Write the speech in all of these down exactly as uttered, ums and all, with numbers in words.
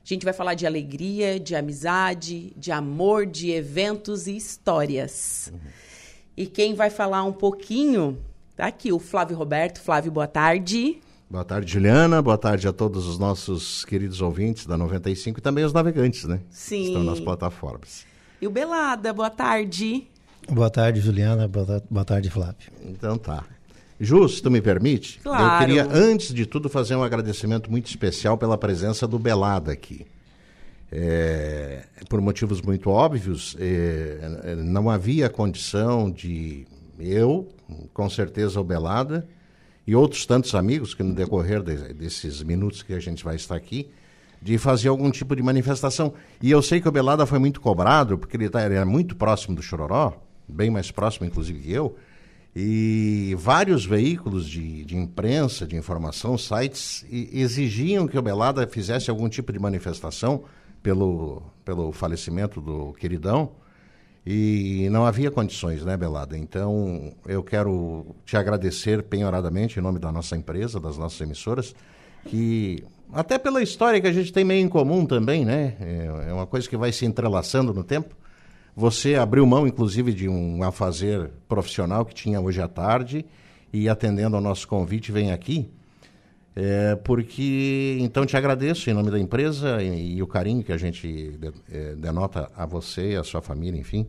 A gente vai falar de alegria, de amizade, de amor, de eventos e histórias. Uhum. E quem vai falar um pouquinho, tá aqui o Flávio Roberto. Flávio, boa tarde. Boa tarde, Juliana. Boa tarde a todos os nossos queridos ouvintes da noventa e cinco e também os navegantes, né? Sim. Que estão nas plataformas. E o Belada, boa tarde. Boa tarde, Juliana. Boa tarde, Flávio. Então tá. Ju, se tu me permite, claro. Eu queria, antes de tudo, fazer um agradecimento muito especial pela presença do Belada aqui. É, por motivos muito óbvios, é, não havia condição de eu, com certeza o Belada, e outros tantos amigos que no decorrer de, desses minutos que a gente vai estar aqui, de fazer algum tipo de manifestação. E eu sei que o Belada foi muito cobrado, porque ele, tá, ele é muito próximo do Chororó, bem mais próximo, inclusive, que eu, e vários veículos de, de imprensa, de informação, sites, exigiam que o Belada fizesse algum tipo de manifestação pelo, pelo falecimento do queridão, e não havia condições, né, Belada? Então, eu quero te agradecer penhoradamente, em nome da nossa empresa, das nossas emissoras, que, até pela história que a gente tem meio em comum também, né, é uma coisa que vai se entrelaçando no tempo. Você abriu mão, inclusive, de um afazer profissional que tinha hoje à tarde e, atendendo ao nosso convite, vem aqui. É, porque, então, te agradeço em nome da empresa e, e o carinho que a gente de, é, denota a você e a sua família, enfim.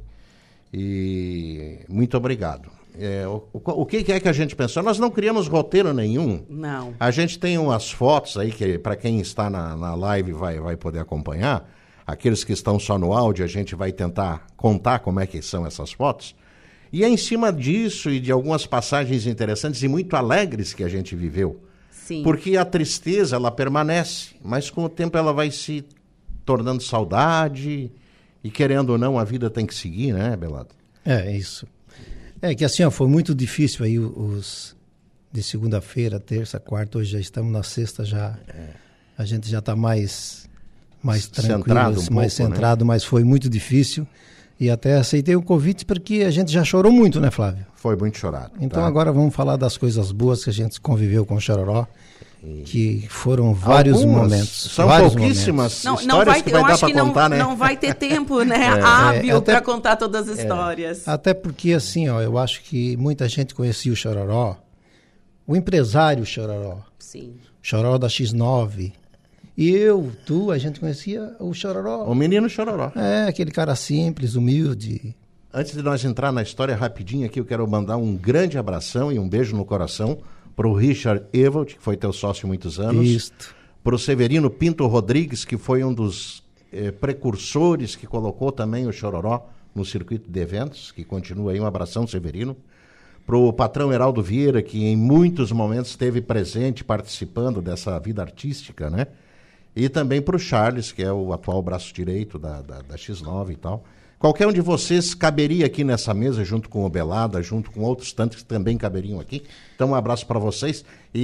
E muito obrigado. É, o, o, o que é que a gente pensou? Nós não criamos roteiro nenhum. Não. A gente tem umas fotos aí que, para quem está na, na live, vai, vai poder acompanhar. Aqueles que estão só no áudio, a gente vai tentar contar como é que são essas fotos. E é em cima disso e de algumas passagens interessantes e muito alegres que a gente viveu. Sim. Porque a tristeza, ela permanece, mas com o tempo ela vai se tornando saudade e, querendo ou não, a vida tem que seguir, né, Belado? É, isso. É que assim, ó, foi muito difícil aí os de segunda-feira, terça, quarta, hoje já estamos na sexta, já é. A gente já está mais... mais tranquilo, centrado um mais pouco, centrado, né? Mas foi muito difícil. E até aceitei o convite porque a gente já chorou muito, né, Flávio? Foi muito chorado. Então tá? Agora vamos falar das coisas boas que a gente conviveu com o Chororó, e... que foram vários Algumas, momentos. São vários pouquíssimas não, histórias não vai ter, que vai eu dar acho para que contar, não, né? não vai ter tempo, né, é. hábil É, até... para contar todas as histórias. É. Até porque, assim, ó, eu acho que muita gente conhecia o Chororó, o empresário Chororó. Sim. Chororó da X nove. E eu, tu, a gente conhecia o Chororó. O menino Chororó. É, aquele cara simples, humilde. Antes de nós entrar na história rapidinho aqui, eu quero mandar um grande abração e um beijo no coração para o Richard Evald, que foi teu sócio há muitos anos. Isto. Para o Severino Pinto Rodrigues, que foi um dos eh, precursores que colocou também o Chororó no circuito de eventos, que continua aí. Um abração, Severino. Para o patrão Heraldo Vieira, que em muitos momentos esteve presente, participando dessa vida artística, né? E também para o Charles, que é o atual braço direito da, da, da X nove e tal. Qualquer um de vocês caberia aqui nessa mesa, junto com o Belada, junto com outros tantos que também caberiam aqui. Então, um abraço para vocês.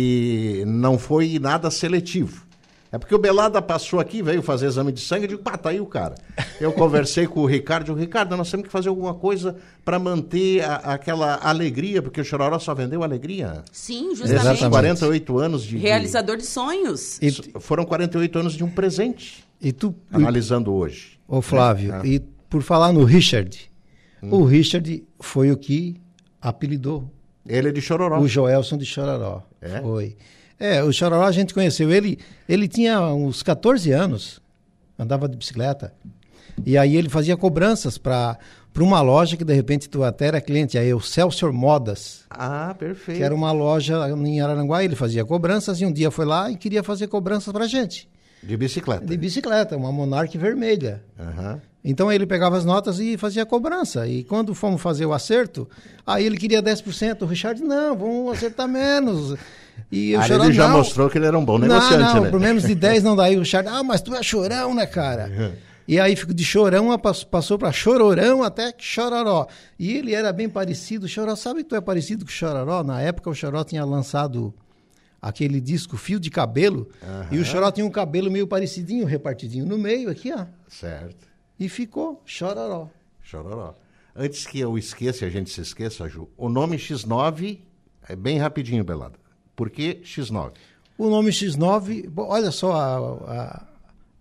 E não foi nada seletivo. É porque o Belada passou aqui, veio fazer exame de sangue, eu digo, pá, tá aí o cara. Eu conversei com o Ricardo, eu digo, Ricardo, nós temos que fazer alguma coisa para manter a, aquela alegria, porque o Chororó só vendeu alegria. Sim, justamente. Esses quarenta e oito anos de... Realizador de sonhos. E, foram quarenta e oito anos de um presente, e tu, analisando hoje. Ô Flávio, é. e por falar no Richard, hum. o Richard foi o que apelidou. Ele é de Chororó. O Joelson de Chororó. É? Foi. É, o Chororó a gente conheceu, ele, ele tinha uns catorze anos, andava de bicicleta, e aí ele fazia cobranças para uma loja que de repente tu até era cliente, aí o Celsior Modas. Ah, perfeito. Que era uma loja em Araranguá, ele fazia cobranças e um dia foi lá e queria fazer cobranças pra gente. De bicicleta? De bicicleta, uma Monarch vermelha. Aham. Uhum. Então ele pegava as notas e fazia a cobrança. E quando fomos fazer o acerto, aí ele queria dez por cento. O Richard, não, vamos acertar menos. E o ah, Chorão, ele já não, mostrou que ele era um bom negociante, não, não, né? por menos de dez não dá. Aí o Richard, ah, mas tu é chorão, né, cara? Uhum. E aí de chorão passou para chororão até chororó. E ele era bem parecido. Chororó, sabe que tu é parecido com o Chororó? Na época o Chororó tinha lançado aquele disco Fio de Cabelo. Uhum. E o Chororó tinha um cabelo meio parecidinho, repartidinho no meio aqui, ó. Certo. E ficou Chororó. Chororó. Antes que eu esqueça, a gente se esqueça, Ju, o nome X nove é bem rapidinho, Belada. Por que X nove? O nome X nove, olha só a, a,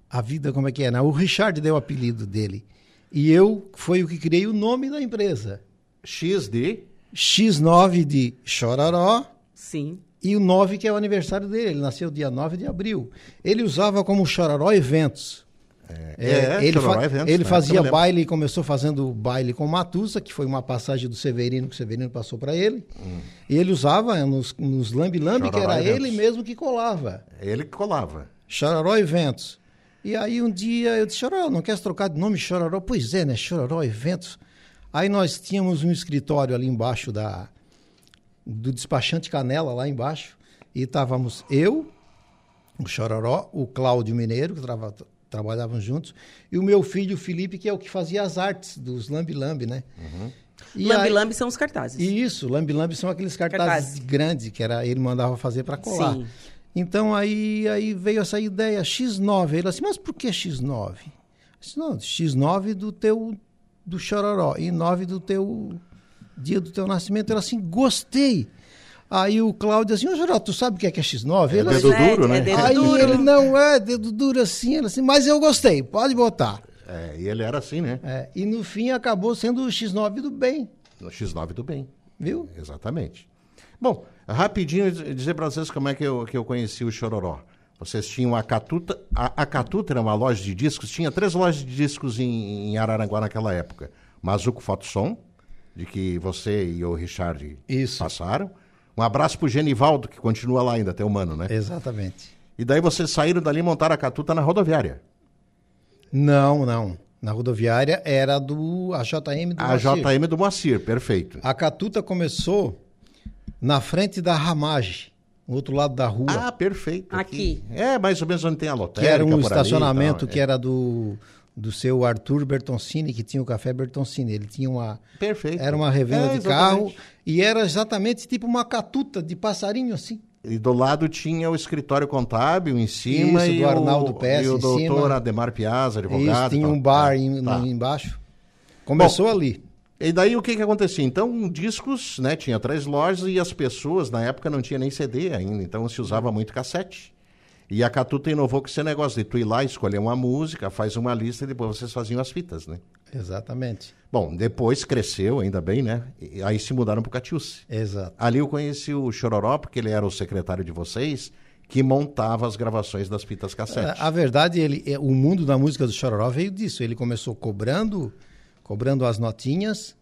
a vida como é que é, né? O Richard deu o apelido dele. E eu foi o que criei o nome da empresa. X de... X nove de Chororó. Sim. E o nove que é o aniversário dele. Ele nasceu dia nove de abril. Ele usava como Chororó Eventos. É, É, é, ele Chororó fa Eventos, ele né? fazia baile, começou fazendo baile com Matusa, que foi uma passagem do Severino, que o Severino passou para ele. Hum. E ele usava nos, nos lambi-lambi, que era Eventos. Ele mesmo que colava. Ele que colava. Chororó Eventos. E aí um dia eu disse, Chororó, não queres trocar de nome Chororó? Pois é, né? Chororó Eventos. Aí nós tínhamos um escritório ali embaixo da, do despachante Canela, lá embaixo. E estávamos eu, o Chororó, o Cláudio Mineiro, que trava, trabalhavam juntos, e o meu filho, o Felipe, que é o que fazia as artes dos lambi-lambi, né? Uhum. Lambi-lambi são os cartazes. Isso, lambi-lambi são aqueles cartazes Cartaz. grandes que era, ele mandava fazer para colar. Sim. Então aí, aí veio essa ideia, X nove. Ele assim, mas por que X nove? Eu disse, não, X nove do teu, do Chororó, e nove do teu dia do teu nascimento. Ele assim, gostei. Aí o Cláudio assim, ô Chororó, tu sabe o que é que é X nove? É ele, dedo assim, duro, é, né? É dedo aí duro. ele, não é, dedo duro assim, ele assim, mas eu gostei, pode botar. É, e ele era assim, né? É, e no fim acabou sendo o X nove do bem. O X nove do bem. Viu? Exatamente. Bom, rapidinho dizer para vocês como é que eu, que eu conheci o Chororó. Vocês tinham a Catuta, a, a Catuta era uma loja de discos, tinha três lojas de discos em, em Araranguá naquela época. Mazuco Fotosom, de que você e o Richard Isso. passaram. Um abraço pro Genivaldo, que continua lá ainda, até humano, né? Exatamente. E daí vocês saíram dali e montaram a Catuta na rodoviária. Não, não. Na rodoviária era do a J M do A Moacir. J M do Moacir, perfeito. A Catuta começou na frente da Ramage, no outro lado da rua. Ah, perfeito. Aqui. É, mais ou menos onde tem a que lotérica. era um por estacionamento ali, tal, que é. era do, do seu Arthur Bertoncini, que tinha o Café Bertoncini. Ele tinha uma... Perfeito. Era uma revenda É, de carro exatamente. e era exatamente tipo uma catuta de passarinho assim. E do lado tinha o escritório contábil em cima. Isso, e do Arnaldo o, Pérez E o em doutor cima. Ademar Piazza, advogado. Isso, tinha tal. um bar É, em, tá. no- embaixo. Começou Bom, ali. E daí o que que acontecia? Então, discos, né, tinha três lojas e as pessoas, na época, não tinha nem C D ainda, então se usava muito cassete. E a Catuta inovou com esse negócio de tu ir lá, escolher uma música, faz uma lista e depois vocês faziam as fitas, né? Exatamente. Bom, depois cresceu, ainda bem, né? E aí se mudaram pro Catiúce. Exato. Ali eu conheci o Chororó, porque ele era o secretário de vocês, que montava as gravações das fitas cassete. A, a verdade, ele, é, o mundo da música do Chororó veio disso. Ele começou cobrando, cobrando as notinhas,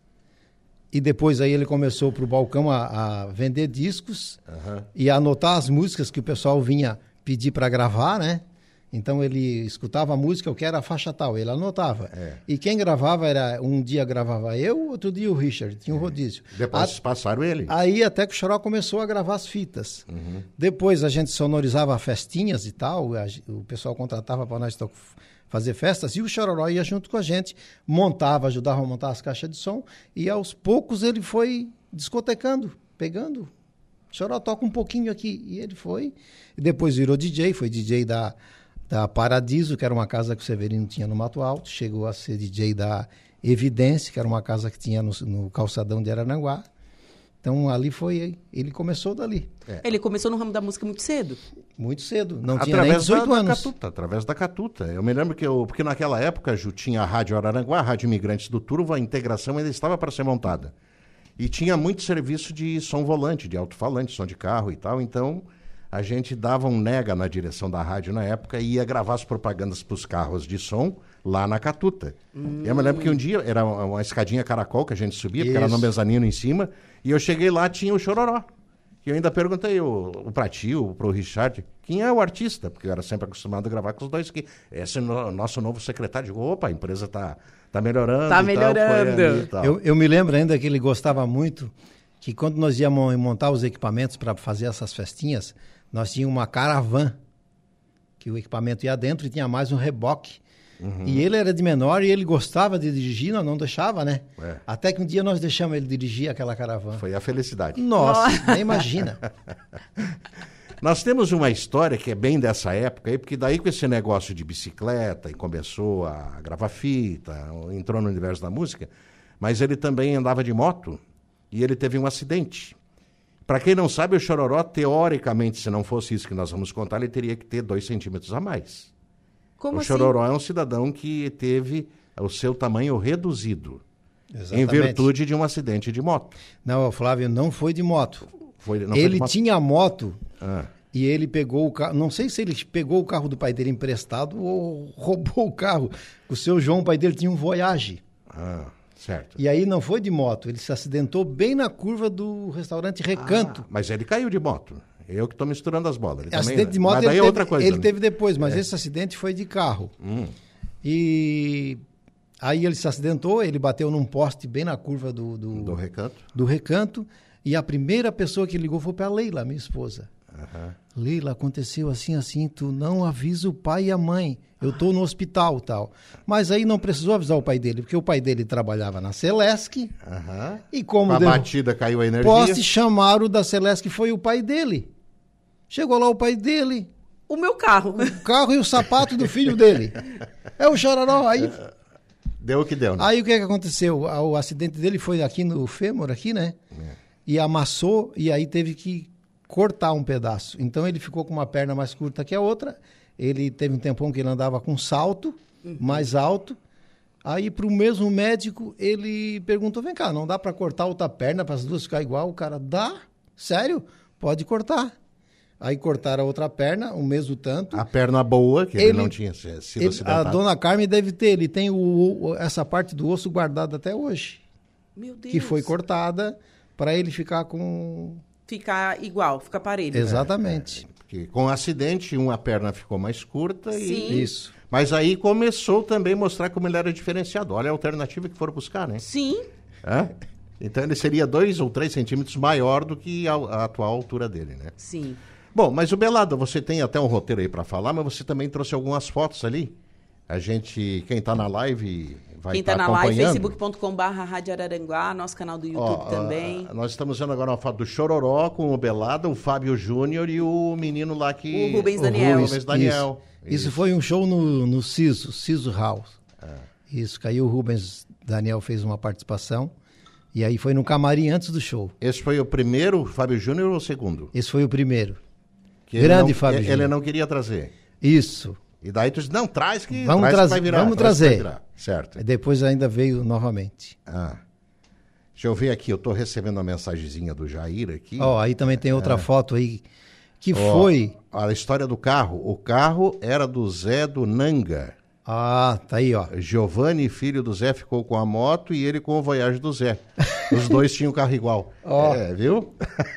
e depois aí ele começou para o balcão a, a vender discos Aham. e a anotar as músicas que o pessoal vinha pedir para gravar, né? Então ele escutava a música, eu quero a faixa tal, ele anotava. É. E quem gravava era, um dia gravava eu, outro dia o Richard, tinha um rodízio. Depois A- passaram ele. Aí até que o Choró começou a gravar as fitas. Uhum. Depois a gente sonorizava festinhas e tal, a ge- o pessoal contratava para nós to- fazer festas e o Chororó ia junto com a gente, montava, ajudava a montar as caixas de som e aos poucos ele foi discotecando, pegando. O Chororó toca um pouquinho aqui e ele foi. E depois virou D J, foi D J da, da Paradiso, que era uma casa que o Severino tinha no Mato Alto, chegou a ser D J da Evidência, que era uma casa que tinha no, no calçadão de Araranguá. Então ali foi, ele começou dali, Ele começou no ramo da música muito cedo. muito cedo, não tinha nem Através da, dezoito da anos. Catuta, através da Catuta. Eu me lembro que eu, porque naquela época, Ju, tinha a Rádio Araranguá, a Rádio Imigrantes do Turvo, a integração ainda estava para ser montada. E tinha muito serviço de som volante, de alto-falante, som de carro e tal, então a gente dava um nega na direção da rádio na época e ia gravar as propagandas para os carros de som lá na Catuta. Hum. Eu me lembro que um dia, era uma uma escadinha caracol que a gente subia, porque era no Isso. mezanino em cima, e eu cheguei lá, tinha o Chororó. E eu ainda perguntei o, o pra ti, o, pro Richard, quem é o artista? Porque eu era sempre acostumado a gravar com os dois aqui. Esse é o nossa novo secretário. Digo, opa, a empresa tá, tá melhorando. Tá e tal, foi melhorando. ali e tal. Eu, eu me lembro ainda que ele gostava muito que quando nós íamos montar os equipamentos para fazer essas festinhas, nós tínhamos uma caravan, que o equipamento ia dentro e tinha mais um reboque. Uhum. E ele era de menor e ele gostava de dirigir, nós não deixava, né? É. Até que um dia nós deixamos ele dirigir aquela caravan. Foi a felicidade. Nossa, nem imagina. Nós temos uma história que é bem dessa época, aí, porque daí com esse negócio de bicicleta, e começou a gravar fita, entrou no universo da música, mas ele também andava de moto e ele teve um acidente. Para quem não sabe, o Chororó, teoricamente, se não fosse isso que nós vamos contar, ele teria que ter dois centímetros a mais. Como o assim? Chororó é um cidadão que teve o seu tamanho reduzido. Exatamente. Em virtude de um acidente de moto. Não, o Flávio não foi de moto. Foi, não foi ele de moto? tinha moto Ah. e ele pegou o carro. Não sei se ele pegou o carro do pai dele emprestado ou roubou o carro. O seu João, o pai dele, tinha um Voyage. Ah, certo. E aí não foi de moto. Ele se acidentou bem na curva do restaurante Recanto. Ah, mas ele caiu de moto. Eu que estou misturando as bolas. Ele acidente também, de moto mas ele, daí é teve, outra coisa. ele né? teve depois, mas é. esse acidente foi de carro. Hum. E aí ele se acidentou, ele bateu num poste bem na curva do, do, Do Recanto. do Recanto. E a primeira pessoa que ligou foi para a Leila, minha esposa. Uhum. Leila, aconteceu assim, assim, tu não avisa o pai e a mãe. Eu estou no hospital tal. Mas aí não precisou avisar o pai dele, porque o pai dele trabalhava na Celesc. Uhum. E como Com a deu batida caiu a energia. poste, chamaram da Celesc, foi o pai dele. Chegou lá o pai dele, O meu carro. o carro e o sapato do filho dele. É o Chororó. Aí, Deu o que deu, né? aí o que, é que aconteceu? O acidente dele foi aqui no fêmur, aqui, né? É. E amassou, e aí teve que cortar um pedaço. Então ele ficou com uma perna mais curta que a outra. Ele teve um tempão que ele andava com salto, uhum. mais alto. Aí para o mesmo médico, ele perguntou, vem cá, não dá para cortar outra perna para as duas ficar igual? O cara, dá? Sério? Pode cortar. Aí cortaram a outra perna, o mesmo tanto. A perna boa, que ele, ele não tinha sido ele, acidentado. A dona Carmen deve ter, ele tem o, o, essa parte do osso guardada até hoje. Meu Deus. Que foi cortada para ele ficar com... Ficar igual, ficar parelho. Exatamente. É, é, porque com o acidente, uma perna ficou mais curta. Sim. E... Isso. Mas aí começou também a mostrar como ele era diferenciado. Olha a alternativa que foram buscar, né? Sim. É? Então ele seria dois ou três centímetros maior do que a, a atual altura dele, né? Sim. Bom, mas o Belado, você tem até um roteiro aí para falar, mas você também trouxe algumas fotos ali. A gente, quem está na live vai Quem estar tá tá na live, acompanhando. facebook ponto com barra Rádio Araranguá, nosso canal do YouTube Ó, também. Uh, nós estamos vendo agora uma foto do Chororó com o Belado, o Fábio Júnior e o menino lá que... O Rubens o Daniel. Rubens Daniel. Isso, isso foi um show no, no Siso, Siso House. Ah. Isso, caiu o Rubens Daniel fez uma participação. E aí foi no camarim antes do show. Esse foi o primeiro Fábio Júnior ou o segundo? Esse foi o primeiro. Que Grande ele não, Fábio Ele Júnior. não queria trazer. Isso. E daí tu disse, não, traz que, vamos traz trazer, que vai virar. Vamos traz trazer. Que vai virar. Certo. E depois ainda veio novamente. Ah. Deixa eu ver aqui, eu estou recebendo uma mensagenzinha do Jair aqui. Ó, aí também tem outra é. foto aí, que Ó, foi... A história do carro. O carro era do Zé do Nanga. Ah, tá aí, ó. Giovanni, filho do Zé, ficou com a moto e ele com o Voyage do Zé. Os dois tinham carro igual. Ó. É, viu?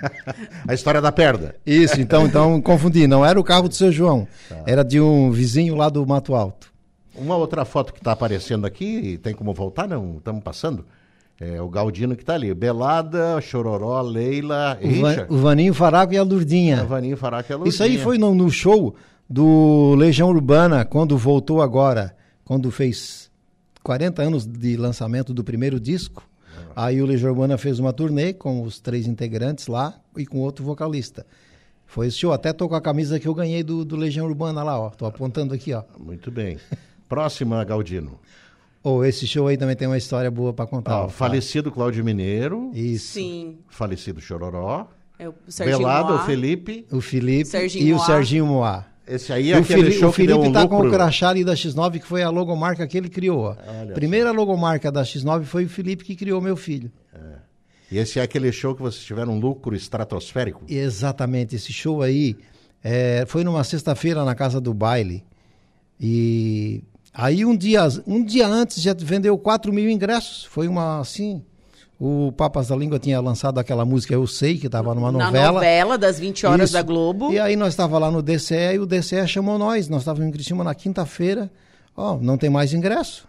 A história da perda. Isso, então, então confundi. Não era o carro do seu João. Tá. Era de um vizinho lá do Mato Alto. Uma outra foto que está aparecendo aqui, tem como voltar? Não, estamos passando. É o Galdino que está ali. Belada, Chororó, Leila, O, Van, o Vaninho Faraco e a Lurdinha. O Vaninho Faraco e a Lurdinha. Isso aí foi no, no show do Legião Urbana, quando voltou agora, quando fez quarenta anos de lançamento do primeiro disco. Ah. Aí o Legião Urbana fez uma turnê com os três integrantes lá e com outro vocalista. Foi esse show, até tô com a camisa que eu ganhei do, do Legião Urbana lá, ó. Tô apontando aqui, ó. Muito bem. Próxima, Galdino. Oh, esse show aí também tem uma história boa para contar. Ó, falecido Cláudio Mineiro. Isso. Sim. Falecido Chororó. É o Serginho Belado, Moá. o Felipe. O Felipe Serginho e Moá. o Serginho Moá. Esse aí é o aquele Fili- show o que deu Felipe um tá lucro. com o crachá ali da X nove, que foi a logomarca que ele criou. Ó. Olha Primeira só. logomarca da X nove foi o Felipe que criou, meu filho. É. E esse é aquele show que vocês tiveram um lucro estratosférico? Exatamente, esse show aí é, foi numa sexta-feira na Casa do Baile. E aí um dia, um dia antes já vendeu quatro mil ingressos. Foi uma assim... O Papas da Língua tinha lançado aquela música Eu Sei, que estava numa novela. Na novela das vinte horas Isso. da Globo. E aí nós estávamos lá no D C E e o D C E chamou nós. Nós estávamos em Criciúma na quinta-feira. Ó, não tem mais ingresso.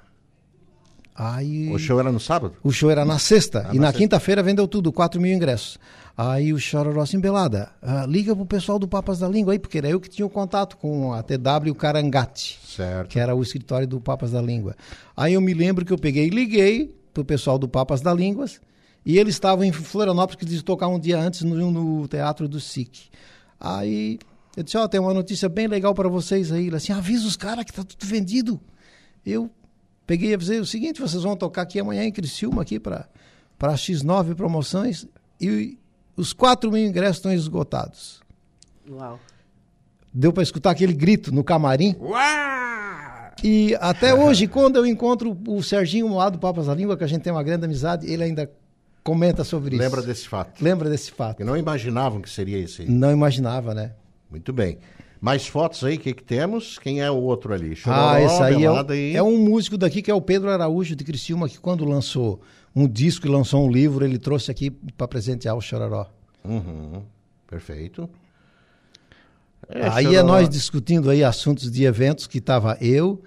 Aí... O show era no sábado? O show era na sexta. Ah, e na na sexta. quinta-feira vendeu tudo, quatro mil ingressos. Aí o Chororó assim, Belada, ah, liga pro pessoal do Papas da Língua aí, porque era eu que tinha o contato com a T W Carangate, Certo. que era o escritório do Papas da Língua. Aí eu me lembro que eu peguei e liguei pro pessoal do Papas da Línguas, e eles estavam em Florianópolis, que eles tocar um dia antes no, no Teatro do S I C. Aí eu disse, ó, tem uma notícia bem legal para vocês aí. Ele assim, avisa os caras que tá tudo vendido. Eu peguei e avisei o seguinte, vocês vão tocar aqui amanhã em Criciúma, aqui para para X nove Promoções, e os quatro mil ingressos estão esgotados. Uau. Deu para escutar aquele grito no camarim. Uau! E até hoje, quando eu encontro o Serginho lá do Papas da Língua, que a gente tem uma grande amizade, ele ainda comenta sobre isso. Lembra desse fato? Lembra desse fato. Que não imaginavam que seria esse aí. Não imaginava, né? Muito bem. Mais fotos aí, o que, que temos? Quem é o outro ali? Chororó, ah, esse aí é, o, e... é um músico daqui que é o Pedro Araújo de Criciúma, que quando lançou um disco e lançou um livro, ele trouxe aqui para presentear o Chororó. Uhum, perfeito. É, aí Chororó. É nós discutindo aí assuntos de eventos, que estava eu,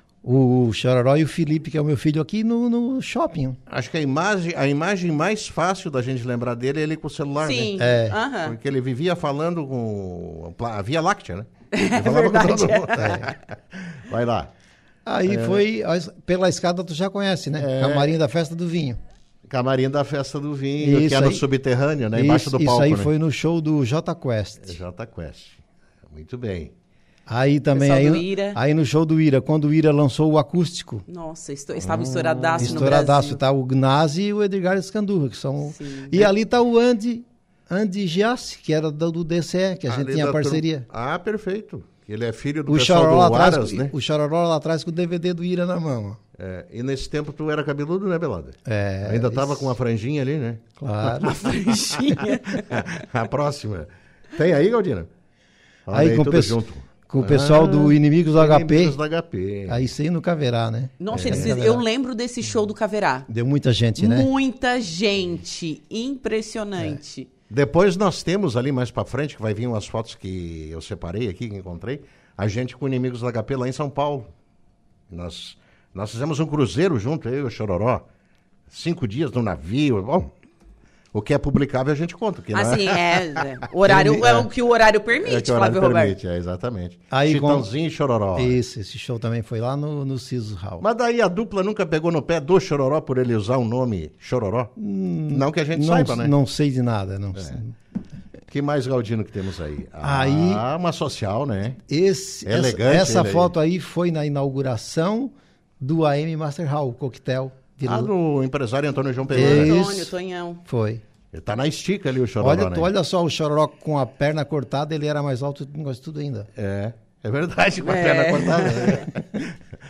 o Chororó e o Felipe, que é o meu filho, aqui no, no shopping. Acho que a imagem, a imagem mais fácil da gente lembrar dele é ele com o celular, Sim. né? É. Uhum. Porque ele vivia falando com a Via Láctea, né? Ele é falava verdade. com todo mundo. É. Vai lá. Aí é. foi, pela escada tu já conhece, né? É. Camarim da Festa do Vinho. Camarim da Festa do Vinho, isso que é no aí, subterrâneo, né? Isso, Embaixo do palco, Isso aí né? foi no show do J Quest. J Quest. Muito bem. Aí também, aí, aí no show do Ira, quando o Ira lançou o acústico. Nossa, estou, estava estouradaço hum, no estouradaço, Brasil. Tá o Gnasi e o Edgar Escandurra, que são... Sim. E ali tá o Andy, Andy Giassi, que era do, do D C E, que a gente ali tinha parceria. Tur... Ah, perfeito. Ele é filho do o pessoal do atrás, Aras, né? O Chororó lá atrás com o D V D do Ira na mão. É, e nesse tempo tu era cabeludo, né, Belada? É. Ainda tava isso. Com a franjinha ali, né? Claro. A franjinha. A próxima. Tem aí, Galdina? Olha aí, aí com, tudo peço... junto. com o pessoal ah, do Inimigos do H P. Inimigos do H P. Aí sem no Caverá, né? Nossa, é. eles, eu lembro desse show do Caverá. Deu muita gente, né? Muita gente. Impressionante. É. Depois nós temos ali mais pra frente, que vai vir umas fotos que eu separei aqui, que encontrei, a gente com Inimigos do H P lá em São Paulo. Nós, nós fizemos um cruzeiro junto, eu e o Chororó. Cinco dias no navio. Bom, o que é publicável a gente conta. Que assim, não é... é, é. O horário é, é o que o horário permite, é que o horário Flávio permite, Roberto. É, exatamente. Aí, Chitãozinho com... e Chororó. Isso, esse show também foi lá no, no Ciso Hall. Mas daí a dupla nunca pegou no pé do Chororó por ele usar o nome Chororó? Hum, não que a gente não, saiba, né? Não sei de nada, não é. sei. Que mais Galdino que temos aí? aí ah, uma social, né? Esse, é elegante. Essa, essa foto aí. aí foi na inauguração do A M Master Hall, o coquetel. De... Ah, do empresário Antônio João Pereira. Antônio, Tonhão. Foi. Ele tá na estica ali, o Chororó, olha, né? Olha só, o Chororó com a perna cortada, ele era mais alto do que tudo ainda. É, é verdade, com a é. perna cortada. Né?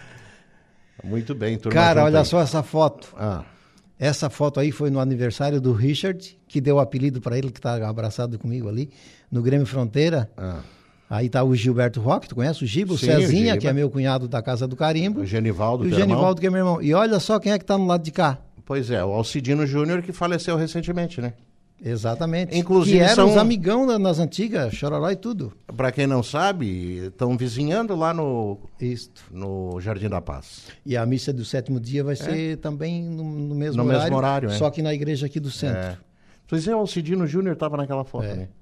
Muito bem, turma. Cara, olha aí. Só essa foto. Ah. Essa foto aí foi no aniversário do Richard, que deu o apelido para ele, que tá abraçado comigo ali, no Grêmio Fronteira. Ah. Aí tá o Gilberto Roque, tu conhece o Giba? O Sim, Cezinha, o Giba. Que é meu cunhado da Casa do Carimbo. O Genivaldo, e o Genivaldo, que é meu irmão. E olha só quem é que tá no lado de cá. Pois é, o Alcidino Júnior, que faleceu recentemente, né? Exatamente. Inclusive, que eram são... os amigão nas antigas, Chororó e tudo. Para quem não sabe, estão vizinhando lá no, Isto. no Jardim da Paz. E a missa do sétimo dia vai ser é. também no, no mesmo no horário. mesmo horário, Só é. que na igreja aqui do centro. É. Pois é, o Alcidino Júnior estava naquela foto, é. né?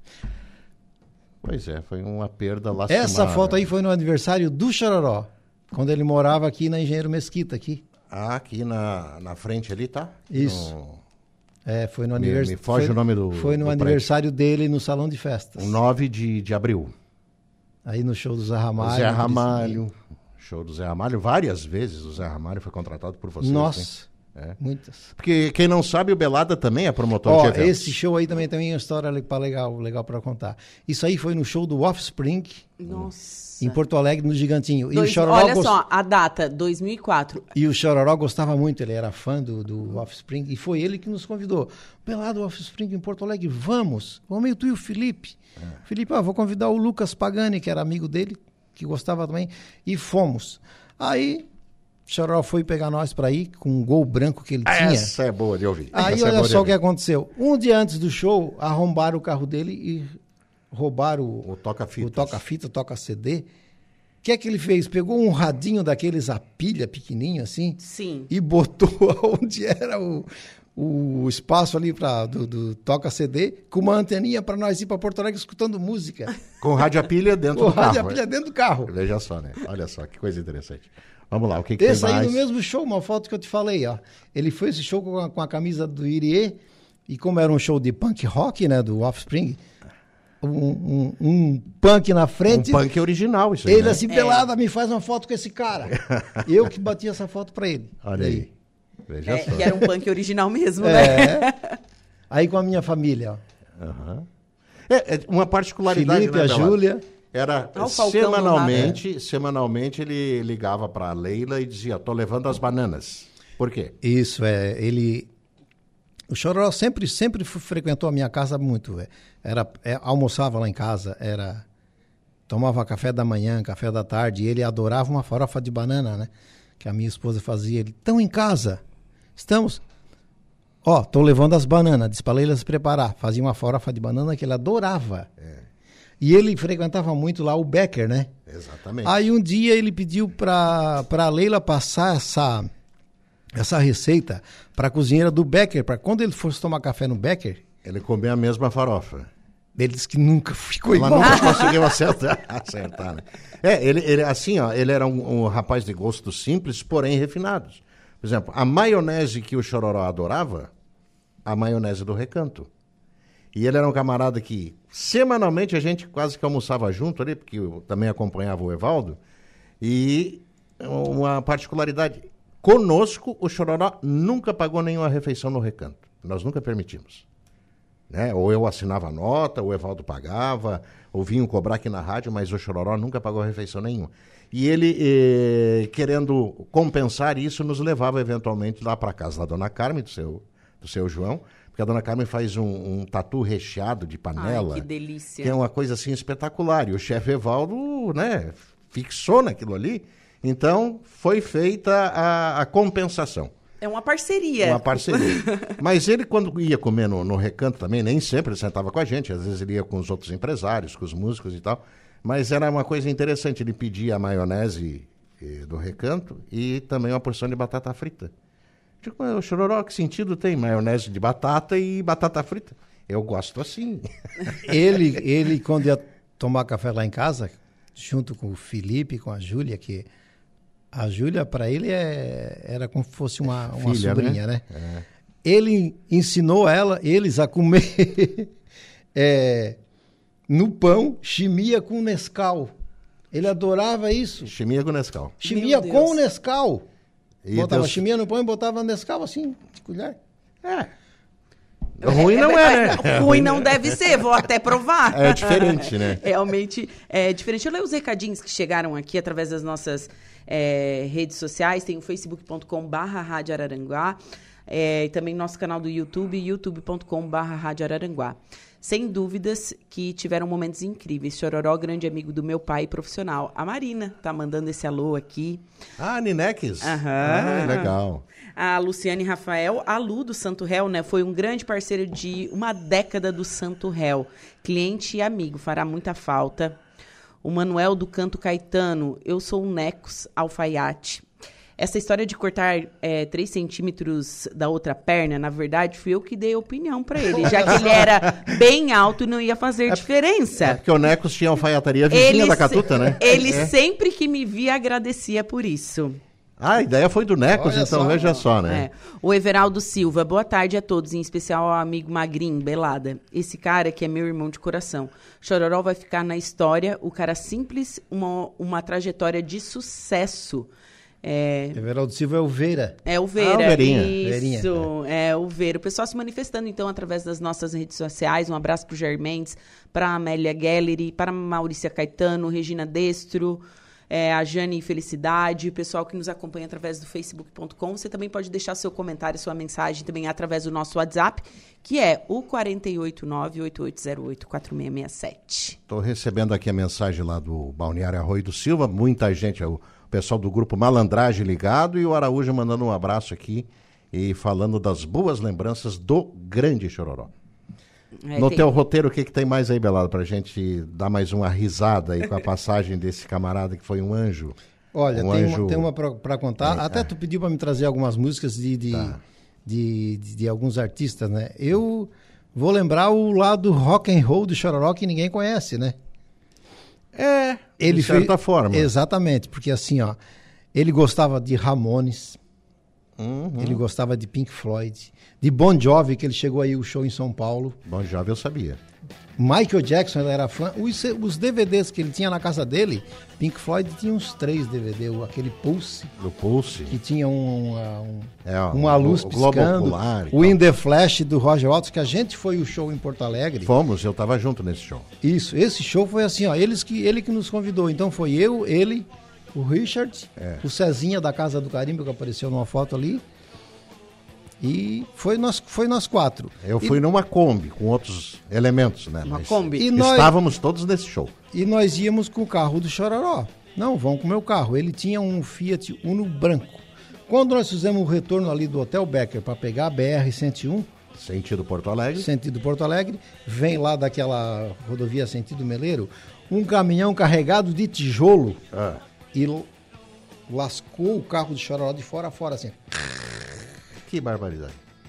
Pois é, foi uma perda lastimada. Essa foto aí foi no aniversário do Chororó, quando ele morava aqui na Engenheiro Mesquita, aqui. Ah, aqui na, na frente ali, tá? Isso. No... É, foi no aniversário. Me, me foge foi, o nome do Foi no do aniversário prédio. dele no salão de festas. O nove de, de abril. Aí no show do Zé Ramalho. Zé Ramalho. Show do Zé Ramalho. Várias vezes o Zé Ramalho foi contratado por vocês. Nossa. Né? É. Muitas. Porque quem não sabe, o Belada também é promotor Ó, de eventos. Esse show aí também tem uma história legal, legal para contar. Isso aí foi no show do Offspring. Nossa. Em Porto Alegre, no Gigantinho. Dois, e o Chororó olha gost... só, a data, dois mil e quatro. E o Chororó gostava muito, ele era fã do, do Offspring. E foi ele que nos convidou. Belado, Offspring em Porto Alegre, vamos. Vamos eu, tu e o Felipe. É. Felipe, ah, vou convidar o Lucas Pagani, que era amigo dele, que gostava também. E fomos. Aí... Chororó foi pegar nós para ir com um Gol branco que ele tinha. Essa é boa de ouvir. Aí Essa olha é só o que aconteceu. Um dia antes do show, arrombaram o carro dele e roubaram o, o toca-fita, o toca-fita, toca-C D. O que é que ele fez? Pegou um radinho daqueles a pilha pequenininho assim. Sim. E botou onde era o, o espaço ali pra, do, do toca-C D, com uma anteninha para nós ir para Porto Alegre escutando música. Com rádio a pilha dentro com do carro. Com rádio a pilha dentro do carro. Veja só, né? Olha só, que coisa interessante. Vamos lá, o que, que Esse tem mais? aí no mesmo show, uma foto que eu te falei, ó. Ele foi esse show com a, com a camisa do Irie, e como era um show de punk rock, né, do Offspring, um, um, um punk na frente. Um punk original, isso aí, Ele né? assim, pelada, é. me faz uma foto com esse cara. Eu que bati essa foto pra ele. Olha aí. Veja é, só. E era um punk original mesmo, é. né? Aí com a minha família, ó. Uhum. É, é uma particularidade, Felipe, né, a Belada? Júlia. Era Ah, o Falcão semanalmente, semanalmente ele ligava para a Leila e dizia, tô levando as bananas. Por quê? Isso, é, ele... O Chororó sempre, sempre frequentou a minha casa muito. É. Era, é, almoçava lá em casa, era... Tomava café da manhã, café da tarde, e ele adorava uma farofa de banana, né? Que a minha esposa fazia. Ele, estão em casa? Estamos? Ó, tô levando as bananas, disse pra Leila se preparar. Fazia uma farofa de banana que ele adorava. É. E ele frequentava muito lá o Becker, né? Exatamente. Aí um dia ele pediu pra, pra Leila passar essa, essa receita pra cozinheira do Becker, pra quando ele fosse tomar café no Becker... Ele comia a mesma farofa. Ele disse que nunca ficou Ela igual. nunca conseguiu acertar, acertar, né? É, ele, ele, assim, ó, ele era um, um rapaz de gostos simples, porém refinados. Por exemplo, a maionese que o Chororó adorava, a maionese do Recanto. E ele era um camarada que, semanalmente, a gente quase que almoçava junto ali, porque eu também acompanhava o Evaldo. E uma particularidade, conosco, o Chororó nunca pagou nenhuma refeição no Recanto. Nós nunca permitimos. Né? Ou eu assinava a nota, ou o Evaldo pagava, ou vinham cobrar aqui na rádio, mas o Chororó nunca pagou refeição nenhuma. E ele, eh, querendo compensar isso, nos levava eventualmente lá para casa da Dona Carmen, do seu, do seu João, porque a Dona Carmen faz um, um tatu recheado de panela. Ai, que delícia. Que é uma coisa assim espetacular. E o chefe Evaldo, né, fixou naquilo ali. Então, foi feita a, a compensação. É uma parceria. Uma parceria. Mas ele, quando ia comer no, no Recanto também, nem sempre ele sentava com a gente. Às vezes ele ia com os outros empresários, com os músicos e tal. Mas era uma coisa interessante. Ele pedia a maionese eh, do Recanto e também uma porção de batata frita. Digo, o Chororó, que sentido tem maionese de batata e batata frita? Eu gosto assim. Ele, ele, quando ia tomar café lá em casa, junto com o Felipe, com a Júlia, que... A Júlia, para ele, é, era como se fosse uma, uma Filha, sobrinha, né? né? É. Ele ensinou ela, eles a comer é, no pão, chimia com Nescau. Ele adorava isso. Chimia com Nescau. Chimia com Nescau. E botava Deus... chimia no pão e botava Nescau assim, de colher. É. Ruim não é, né? Ruim não deve ser, vou até provar. É diferente, né? Realmente é diferente. Eu leio os recadinhos que chegaram aqui através das nossas é, redes sociais. Tem o facebook ponto com barra Rádio Araranguá. É, e também nosso canal do YouTube, youtube ponto com barra Rádio Araranguá. Sem dúvidas que tiveram momentos incríveis. Chororó, grande amigo do meu pai profissional. A Marina tá mandando esse alô aqui. Ah, Nineques. Aham. Ah, legal. A Luciane Rafael, a Lu do Santo Réu, né? Foi um grande parceiro de uma década do Santo Réu. Cliente e amigo, fará muita falta. O Manuel do Canto Caetano, eu sou um Necos alfaiate. Essa história de cortar é, três centímetros da outra perna, na verdade, fui eu que dei a opinião para ele. Já que ele era bem alto, não ia fazer é, diferença. É porque o Necos tinha alfaiataria vizinha ele da Catuta, né? Ele é. sempre que me via, agradecia por isso. Ah, a ideia foi do Necos, Olha então só, veja só, né? É. O Everaldo Silva, boa tarde a todos, em especial ao amigo Magrinho, Belada. Esse cara que é meu irmão de coração. Chororó vai ficar na história, o cara simples, uma, uma trajetória de sucesso. É... Everaldo Silva é o Veira. É o Veira, ah, o Verinha. Isso, Verinha, é. é o Veira. O pessoal se manifestando, então, através das nossas redes sociais. Um abraço para o Germendes, para a Amélia Gelleri, para a Maurícia Caetano, Regina Destro, é, a Jane Felicidade, o pessoal que nos acompanha através do facebook ponto com. Você também pode deixar seu comentário, sua mensagem também através do nosso WhatsApp, que é o quatro oito nove, oito oito zero oito, quatro seis seis sete. Estou recebendo aqui a mensagem lá do Balneário Arroio do Silva, muita gente... O pessoal do grupo Malandragem ligado e o Araújo mandando um abraço aqui e falando das boas lembranças do grande Chororó. É, no tem... teu roteiro, o que, que tem mais aí, Belado, pra gente dar mais uma risada aí com a passagem desse camarada que foi um anjo? Olha, um tem, anjo... uma, tem uma pra, pra contar. É, Até é. tu pediu pra me trazer algumas músicas de, de, tá. de, de, de alguns artistas, né? Eu vou lembrar o lado rock and roll do Chororó que ninguém conhece, né? É, ele de certa fez... forma. Exatamente, porque assim, ó, ele gostava de Ramones, Uhum. Ele gostava de Pink Floyd, de Bon Jovi, que ele chegou aí o show em São Paulo. Bon Jovi eu sabia. Michael Jackson, ele era fã. Os, os D V Ds que ele tinha na casa dele, Pink Floyd tinha uns três D V D, aquele Pulse. Do Pulse. Que tinha um, uma, um, é, ó, uma luz o, piscando. O, o In The Flash do Roger Waters, que a gente foi o show em Porto Alegre. Fomos, eu estava junto nesse show. Isso, esse show foi assim, ó, eles que, ele que nos convidou. Então foi eu, ele, o Richard, é. o Cezinha da Casa do Carimbo, que apareceu numa foto ali. E foi nós, foi nós quatro. Eu fui e, numa Kombi, com outros elementos, né? Uma Mas Kombi. E nós, estávamos todos nesse show. E nós íamos com o carro do Chororó. Não, vamos com o meu carro. Ele tinha um Fiat Uno branco. Quando nós fizemos o retorno ali do Hotel Becker para pegar a B R cento e um... Sentido Porto Alegre. Sentido Porto Alegre. Vem lá daquela rodovia sentido Meleiro, um caminhão carregado de tijolo ah. e lascou o carro do Chororó de fora a fora, assim. Que barbaridade.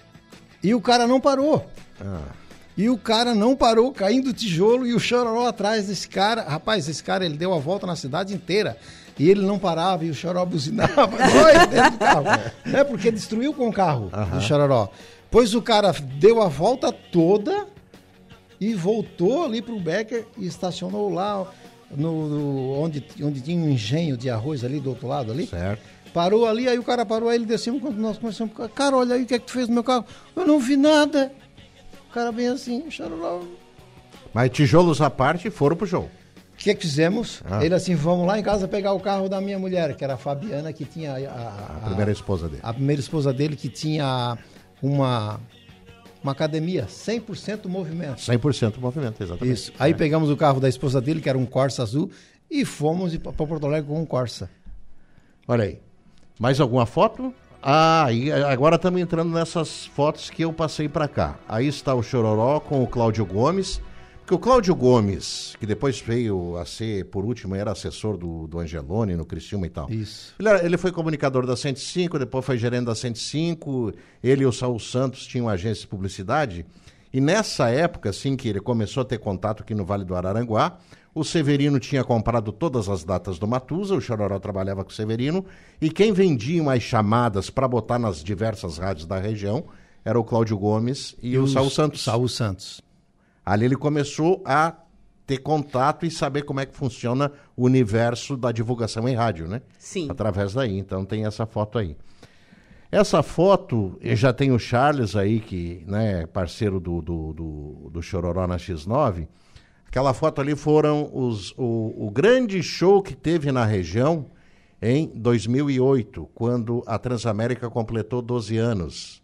E o cara não parou. Ah. E o cara não parou, caindo tijolo, e o Chororó atrás desse cara. Rapaz, esse cara, ele deu a volta na cidade inteira. E ele não parava, e o Chororó buzinava. Dois dentro do carro. É porque destruiu com o carro uh-huh. do Chororó. Pois o cara deu a volta toda e voltou ali pro Becker e estacionou lá no, no, onde, onde tinha um engenho de arroz ali do outro lado ali. Certo. Parou ali, aí o cara parou, aí ele desceu, quando nós começamos, cara, olha aí o que é que tu fez no meu carro. Eu não vi nada. O cara bem assim, Chororó. Mas tijolos à parte foram pro show. O que é que fizemos? Ah. Ele assim, vamos lá em casa pegar o carro da minha mulher, que era a Fabiana, que tinha... A, a, a primeira esposa dele. A primeira esposa dele, que tinha uma, uma academia, cem por cento movimento. cem por cento movimento, exatamente. Isso. Aí é. pegamos o carro da esposa dele, que era um Corsa azul, e fomos para Porto Alegre com um Corsa. Olha aí. Mais alguma foto? Ah, e agora estamos entrando nessas fotos que eu passei para cá. Aí está o Chororó com o Cláudio Gomes, porque o Cláudio Gomes, que depois veio a ser, por último, era assessor do, do Angeloni, no Criciúma e tal. Isso. Ele, era, ele foi comunicador da cento e cinco, depois foi gerente da cento e cinco, ele e o Saul Santos tinham agência de publicidade, e nessa época, assim, que ele começou a ter contato aqui no Vale do Araranguá, o Severino tinha comprado todas as datas do Matusa, o Chororó trabalhava com o Severino, e quem vendia as chamadas para botar nas diversas rádios da região era o Cláudio Gomes e, e o Saul Santos. Saul Santos. Ali ele começou a ter contato e saber como é que funciona o universo da divulgação em rádio, né? Sim. Através daí, então tem essa foto aí. Essa foto, já tem o Charles aí, que né, é parceiro do, do, do, do Chororó na X nove. Aquela foto ali foram os, o, o grande show que teve na região em dois mil e oito, quando a Transamérica completou doze anos.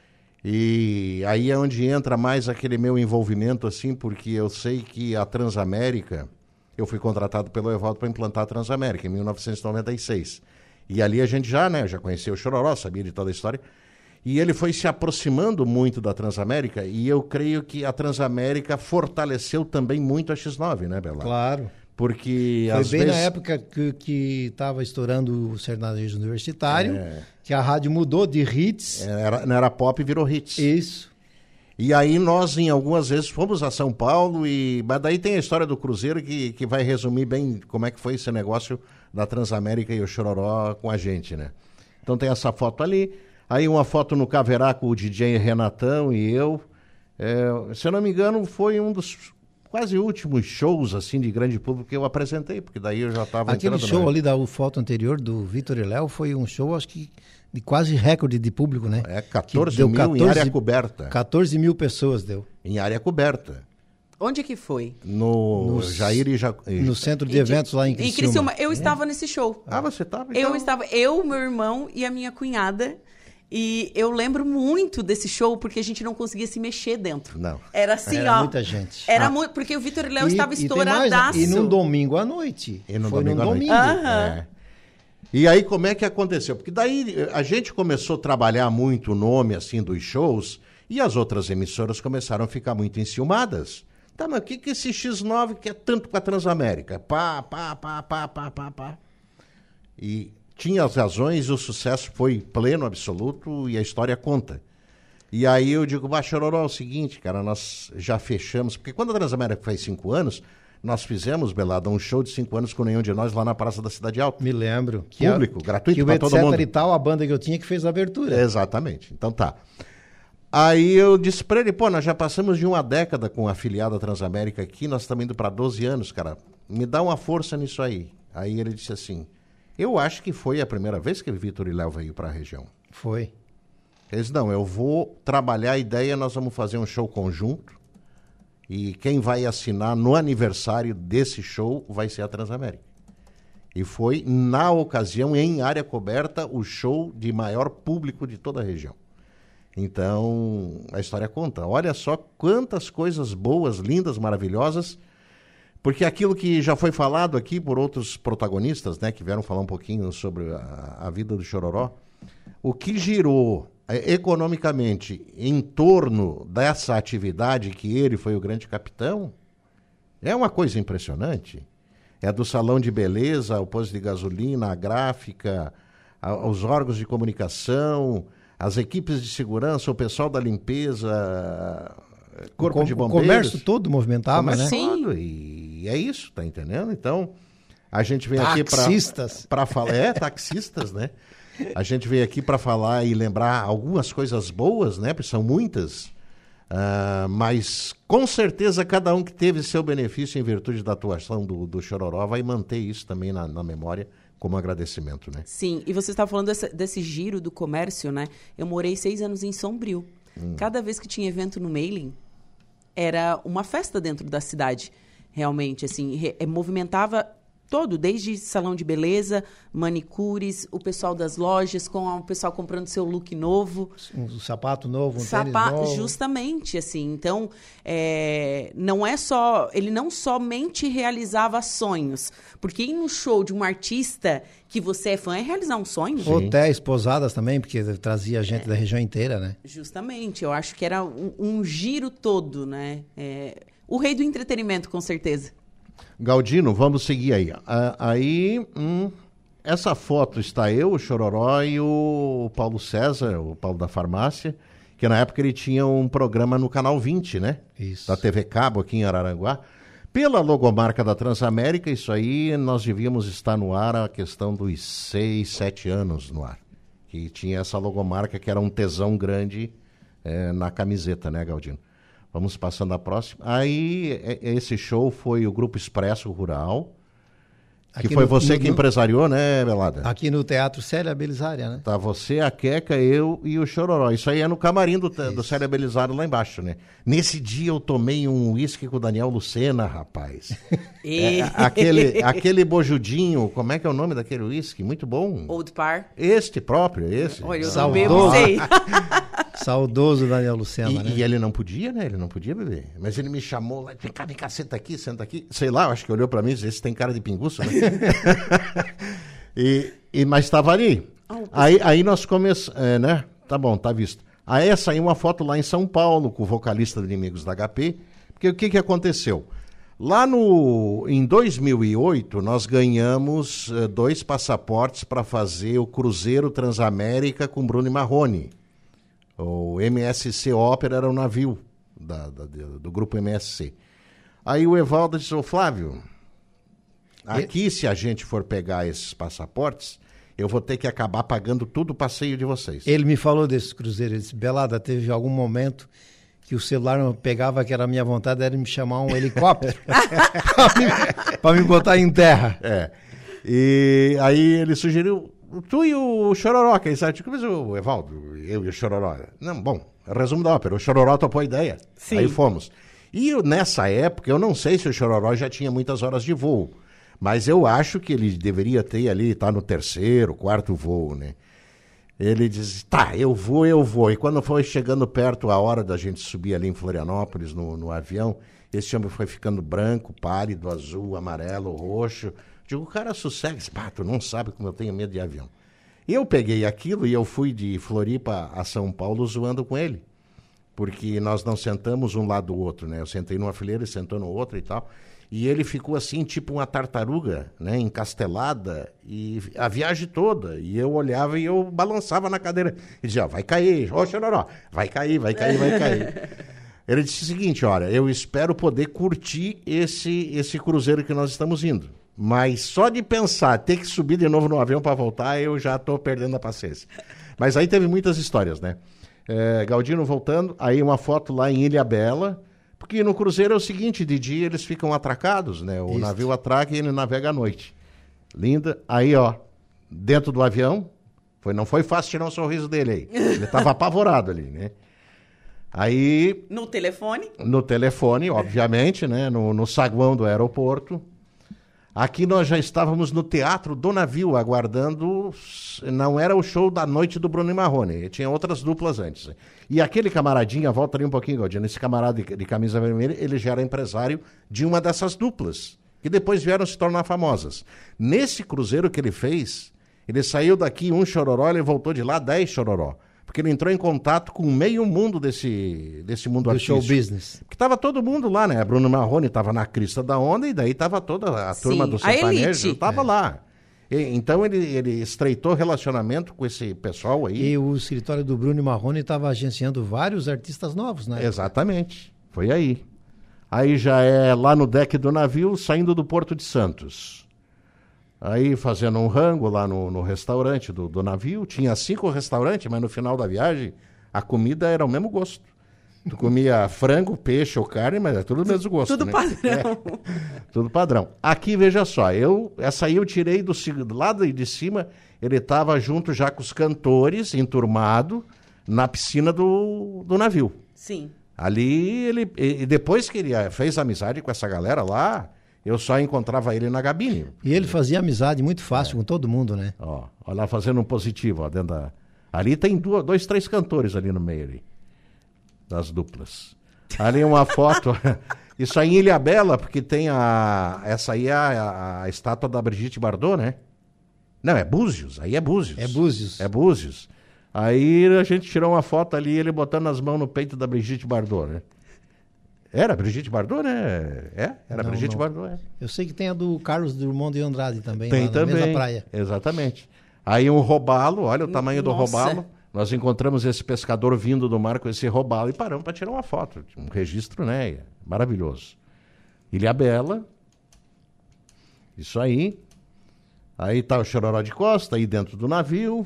E aí é onde entra mais aquele meu envolvimento, assim, porque eu sei que a Transamérica, eu fui contratado pelo Evaldo para implantar a Transamérica em mil novecentos e noventa e seis. E ali a gente já, né, já conhecia o Chororó, sabia de toda a história. E ele foi se aproximando muito da Transamérica, e eu creio que a Transamérica fortaleceu também muito a X nove, né, Bela? Claro. Porque foi às bem vezes... na época que estava estourando o sertanejo universitário, é... que a rádio mudou de hits. Era, não era pop e virou hits. Isso. E aí nós, em algumas vezes, fomos a São Paulo, e mas daí tem a história do Cruzeiro que, que vai resumir bem como é que foi esse negócio da Transamérica e o Chororó com a gente, né? Então tem essa foto ali. Aí uma foto no Caverá com o D J Renatão e eu. É, se eu não me engano, foi um dos quase últimos shows assim de grande público que eu apresentei, porque daí eu já estava Aquele entrando, show né? ali da foto anterior do Vitor e Léo foi um show, acho que de quase recorde de público, né? É, quatorze mil em área coberta. quatorze mil pessoas deu. Em área coberta. Onde que foi? No, no Jair e ja... No centro de eventos lá em Criciúma. Em Criciúma. Eu é. estava nesse show. Ah, você estava? Então... Eu estava, eu, meu irmão e a minha cunhada. E eu lembro muito desse show porque a gente não conseguia se mexer dentro. Não. Era assim, era ó. muita gente. Era ah. muito, porque o Vitor e Léo e, estava e estouradaço. E num domingo à noite. E no Foi domingo num à noite. domingo. É. E aí como é que aconteceu? Porque daí a gente começou a trabalhar muito o nome assim dos shows e as outras emissoras começaram a ficar muito enciumadas. Tá, mas o que que esse X nove quer tanto com a Transamérica? Pá, pá, pá, pá, pá, pá, pá. E tinha as razões, o sucesso foi pleno, absoluto, e a história conta. E aí eu digo, bah, Chororó, é o seguinte, cara, nós já fechamos, porque quando a Transamérica faz cinco anos, nós fizemos, Belada, um show de cinco anos com nenhum de nós lá na Praça da Cidade Alta. Me lembro. Que Público, a, gratuito para todo mundo. E tal, a banda que eu tinha que fez a abertura. Exatamente. Então tá. Aí eu disse pra ele, pô, nós já passamos de uma década com a afiliada Transamérica aqui, nós estamos indo para doze anos, cara. Me dá uma força nisso aí. Aí ele disse assim, eu acho que foi a primeira vez que o Vitor e Léo veio para a região. Foi. Ele disse, não, eu vou trabalhar a ideia, nós vamos fazer um show conjunto e quem vai assinar no aniversário desse show vai ser a Transamérica. E foi, na ocasião, em área coberta, o show de maior público de toda a região. Então, a história conta. Olha só quantas coisas boas, lindas, maravilhosas, porque aquilo que já foi falado aqui por outros protagonistas, né, que vieram falar um pouquinho sobre a, a vida do Chororó, o que girou é, economicamente em torno dessa atividade que ele foi o grande capitão, é uma coisa impressionante. É do salão de beleza, ao posto de gasolina, a gráfica, a, aos órgãos de comunicação, as equipes de segurança, o pessoal da limpeza, corpo o, de bombeiros. O comércio todo movimentava, né? Sim. E é isso, tá entendendo? Então, a gente vem aqui para... Taxistas. Para falar... É, taxistas, né? A gente veio aqui para falar e lembrar algumas coisas boas, né? Porque são muitas. Uh, mas, com certeza, cada um que teve seu benefício em virtude da atuação do, do Chororó vai manter isso também na, na memória, como agradecimento, né? Sim, e você estava falando desse, desse giro do comércio, né? Eu morei seis anos em Sombrio. Hum. Cada vez que tinha evento no mailing, era uma festa dentro da cidade, realmente, assim, re, movimentava todo, desde salão de beleza, manicures, o pessoal das lojas, com o pessoal comprando seu look novo. Um sapato novo, um Sapa- tênis novo. Justamente, assim. Então, é, não é só... Ele não somente realizava sonhos. Porque ir no show de um artista que você é fã é realizar um sonho. Sim. Hotéis, pousadas também, porque trazia gente é. da região inteira, né? Justamente. Eu acho que era um, um giro todo, né? É, o rei do entretenimento, com certeza. Galdino, vamos seguir aí. Ah, aí, hum, essa foto está eu, o Chororó e o Paulo César, o Paulo da farmácia, que na época ele tinha um programa no Canal vinte, né? Isso. Da T V Cabo aqui em Araranguá. Pela logomarca da Transamérica, isso aí nós devíamos estar no ar a questão dos seis, sete anos no ar. Que tinha essa logomarca que era um tesão grande é, na camiseta, né, Galdino? Vamos passando a próxima. Aí, esse show foi o Grupo Expresso Rural, que aqui foi no, você no, que empresariou, né, Belada? Aqui no Teatro Célia Belisária, né? Tá, você, a Queca, eu e o Chororó. Isso aí é no camarim do, do Célia Belisária lá embaixo, né? Nesse dia eu tomei um uísque com o Daniel Lucena, rapaz. E... é, aquele, aquele bojudinho, como é que é o nome daquele uísque? Muito bom. Old Par. Este próprio, esse. Olha, eu Saudoso. não bebo, sei. Saudoso Daniel Lucena, e, né? E ele não podia, né? Ele não podia beber. Mas ele me chamou lá, vem cá, vem cá, senta aqui, senta aqui. Sei lá, acho que olhou pra mim e disse, esse tem cara de pinguço, né? e, e, mas estava ali. Oh, aí, aí nós começamos, é, né? Tá bom, tá visto. Aí saiu uma foto lá em São Paulo com o vocalista do Inimigos da H P. Porque o que que aconteceu? Lá no, em dois mil e oito, nós ganhamos uh, dois passaportes para fazer o Cruzeiro Transamérica com Bruno e Marrone. O M S C Ópera era o navio da, da, do grupo M S C. Aí o Evaldo disse, ô Flávio, aqui se a gente for pegar esses passaportes, eu vou ter que acabar pagando tudo o passeio de vocês. Ele me falou desses cruzeiros, ele disse, Belada, teve algum momento que o celular não pegava, que era a minha vontade, era me chamar um helicóptero para me, me botar em terra. É. E aí ele sugeriu, tu e o Chororó, que é isso? Mas o Evaldo, eu e o Chororó. Não, bom, resumo da ópera, o Chororó topou a ideia. Sim. Aí fomos. E eu, nessa época, eu não sei se o Chororó já tinha muitas horas de voo, mas eu acho que ele deveria ter ali, tá no terceiro, quarto voo, né? Ele diz, tá, eu vou, eu vou. E quando foi chegando perto a hora da gente subir ali em Florianópolis, no, no avião, esse homem foi ficando branco, pálido, azul, amarelo, roxo. Digo, cara, sossega, pá, tu não sabe como eu tenho medo de avião. E eu peguei aquilo e eu fui de Floripa a São Paulo zoando com ele. Porque nós não sentamos um lado do outro, né? Eu sentei numa fileira, ele sentou no outro e tal. E ele ficou assim, tipo uma tartaruga, né? Encastelada, e a viagem toda. E eu olhava e eu balançava na cadeira. E dizia, ó, vai cair, ô Chororó, vai cair, vai cair, vai cair. Ele disse o seguinte, olha, eu espero poder curtir esse, esse cruzeiro que nós estamos indo. Mas só de pensar, ter que subir de novo no avião para voltar, eu já estou perdendo a paciência. Mas aí teve muitas histórias, né? É, Galdino voltando, aí uma foto lá em Ilhabela, porque no cruzeiro é o seguinte, de dia eles ficam atracados, né? O Isso. navio atraca e ele navega à noite. Linda. Aí, ó, dentro do avião, foi, não foi fácil tirar um sorriso dele aí. Ele estava apavorado ali, né? Aí... No telefone? No telefone, obviamente, né? No, no saguão do aeroporto. Aqui nós já estávamos no Teatro do Navio, aguardando... Não era o show da noite do Bruno e Marrone, tinha outras duplas antes. E aquele camaradinha, volta ali um pouquinho, Galdino, esse camarada de, de camisa vermelha, ele já era empresário de uma dessas duplas, que depois vieram se tornar famosas. Nesse cruzeiro que ele fez, ele saiu daqui um chororó, ele voltou de lá dez chororó. Porque ele entrou em contato com meio mundo desse, desse mundo do artístico. show business. Porque estava todo mundo lá, né? A Bruno Marrone estava na crista da onda e daí estava toda a turma Sim, do sertanejo. Estava é. lá. E, então ele, ele estreitou relacionamento com esse pessoal aí. E o escritório do Bruno Marrone estava agenciando vários artistas novos, né? Exatamente. Foi aí. Aí já é lá no deck do navio, saindo do Porto de Santos. Aí fazendo um rango lá no, no restaurante do, do navio. Tinha cinco restaurantes, mas no final da viagem a comida era o mesmo gosto. Tu comia frango, peixe ou carne, mas é tudo o mesmo gosto. Tudo né? padrão. É, tudo padrão. Aqui, veja só, eu, essa aí eu tirei do, do lado de cima, ele estava junto já com os cantores, enturmado, na piscina do, do navio. Sim. Ali, ele, e depois que ele fez amizade com essa galera lá, eu só encontrava ele na cabine. E ele fazia amizade muito fácil é. com todo mundo, né? Ó, olha lá, fazendo um positivo, ó, dentro da... Ali tem duas, dois, três cantores ali no meio, ali, das duplas. Ali uma foto, isso aí em Ilhabela, porque tem a... Essa aí é a, a estátua da Brigitte Bardot, né? Não, é Búzios, aí é Búzios. É Búzios. É Búzios. Aí a gente tirou uma foto ali, ele botando as mãos no peito da Brigitte Bardot, né? Era Brigitte Bardot, né? É, era não, Brigitte não. Bardot, é. Eu sei que tem a do Carlos Drummond de Andrade também, tem lá também, na mesma praia. Exatamente. Aí um robalo, olha o tamanho Nossa. do robalo. Nós encontramos esse pescador vindo do mar com esse robalo e paramos para tirar uma foto. Um registro, né? Maravilhoso. Ilhabela. Isso aí. Aí tá o Chororó de Costa, aí dentro do navio.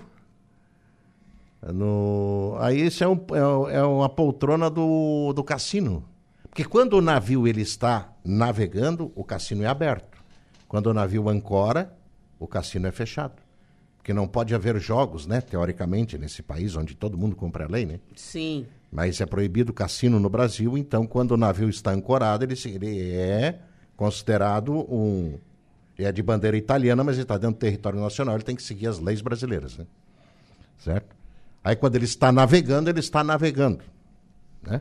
No... Aí esse é, um, é, é uma poltrona do, do cassino. Porque quando o navio ele está navegando, o cassino é aberto. Quando o navio ancora, o cassino é fechado. Porque não pode haver jogos, né, teoricamente, nesse país onde todo mundo cumpre a lei, né? Sim. Mas é proibido o cassino no Brasil, então quando o navio está ancorado, ele, ele é considerado um... Ele é de bandeira italiana, mas ele está dentro do território nacional, ele tem que seguir as leis brasileiras, né? Certo? Aí quando ele está navegando, ele está navegando, né?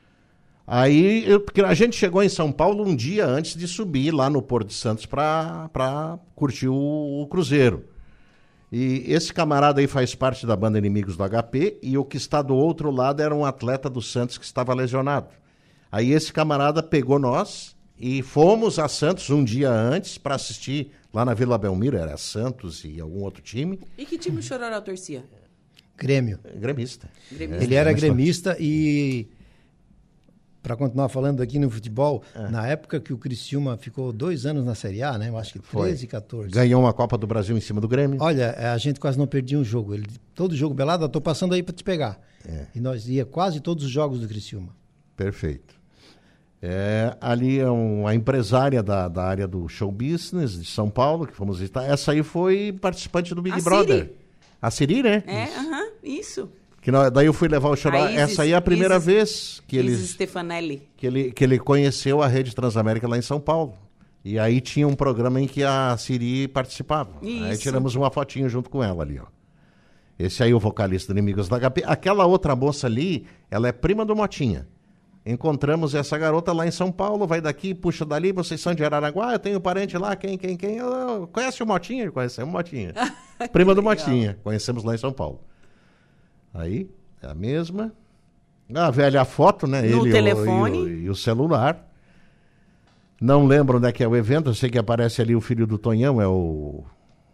Aí, eu, porque a gente chegou em São Paulo um dia antes de subir lá no Porto de Santos para curtir o, o cruzeiro. E esse camarada aí faz parte da banda Inimigos do H P e o que está do outro lado era um atleta do Santos que estava lesionado. Aí esse camarada pegou nós e fomos a Santos um dia antes para assistir lá na Vila Belmiro, era Santos e algum outro time. E que time o Chororó torcia? Grêmio. Gremista. Gremista. Ele era gremista e... Para continuar falando aqui no futebol, é. na época que o Criciúma ficou dois anos na Série A, né? Eu acho que treze, quatorze. Ganhou uma Copa do Brasil em cima do Grêmio. Olha, a gente quase não perdia um jogo. Ele, todo jogo, Belada, eu tô passando aí para te pegar. É. E nós ia quase todos os jogos do Criciúma. Perfeito. É, ali é uma empresária da, da área do show business de São Paulo, que fomos visitar. Essa aí foi participante do Big a Brother. Siri. A Siri, né? É, aham, uh-huh, isso. Que nós, daí eu fui levar o Chororó. Isis, Essa aí é a primeira Isis, vez que ele, Stefanelli. que, ele, que ele conheceu a Rede Transamérica lá em São Paulo. E aí tinha um programa em que a Siri participava. Isso. Aí tiramos uma fotinho junto com ela ali, ó. Esse aí, o vocalista do Inimigos da H P. Aquela outra moça ali, ela é prima do Motinha. Encontramos essa garota lá em São Paulo, vai daqui, puxa dali, vocês são de Araranguá, eu tenho parente lá, quem, quem, quem? Eu, eu, conhece o Motinha? Conhecemos o Motinha. Prima do Motinha, conhecemos lá em São Paulo. Aí, é a mesma. A velha foto, né? No Ele telefone. O, e, o, e o celular. Não lembro onde é que é o evento, eu sei que aparece ali o filho do Tonhão, é o...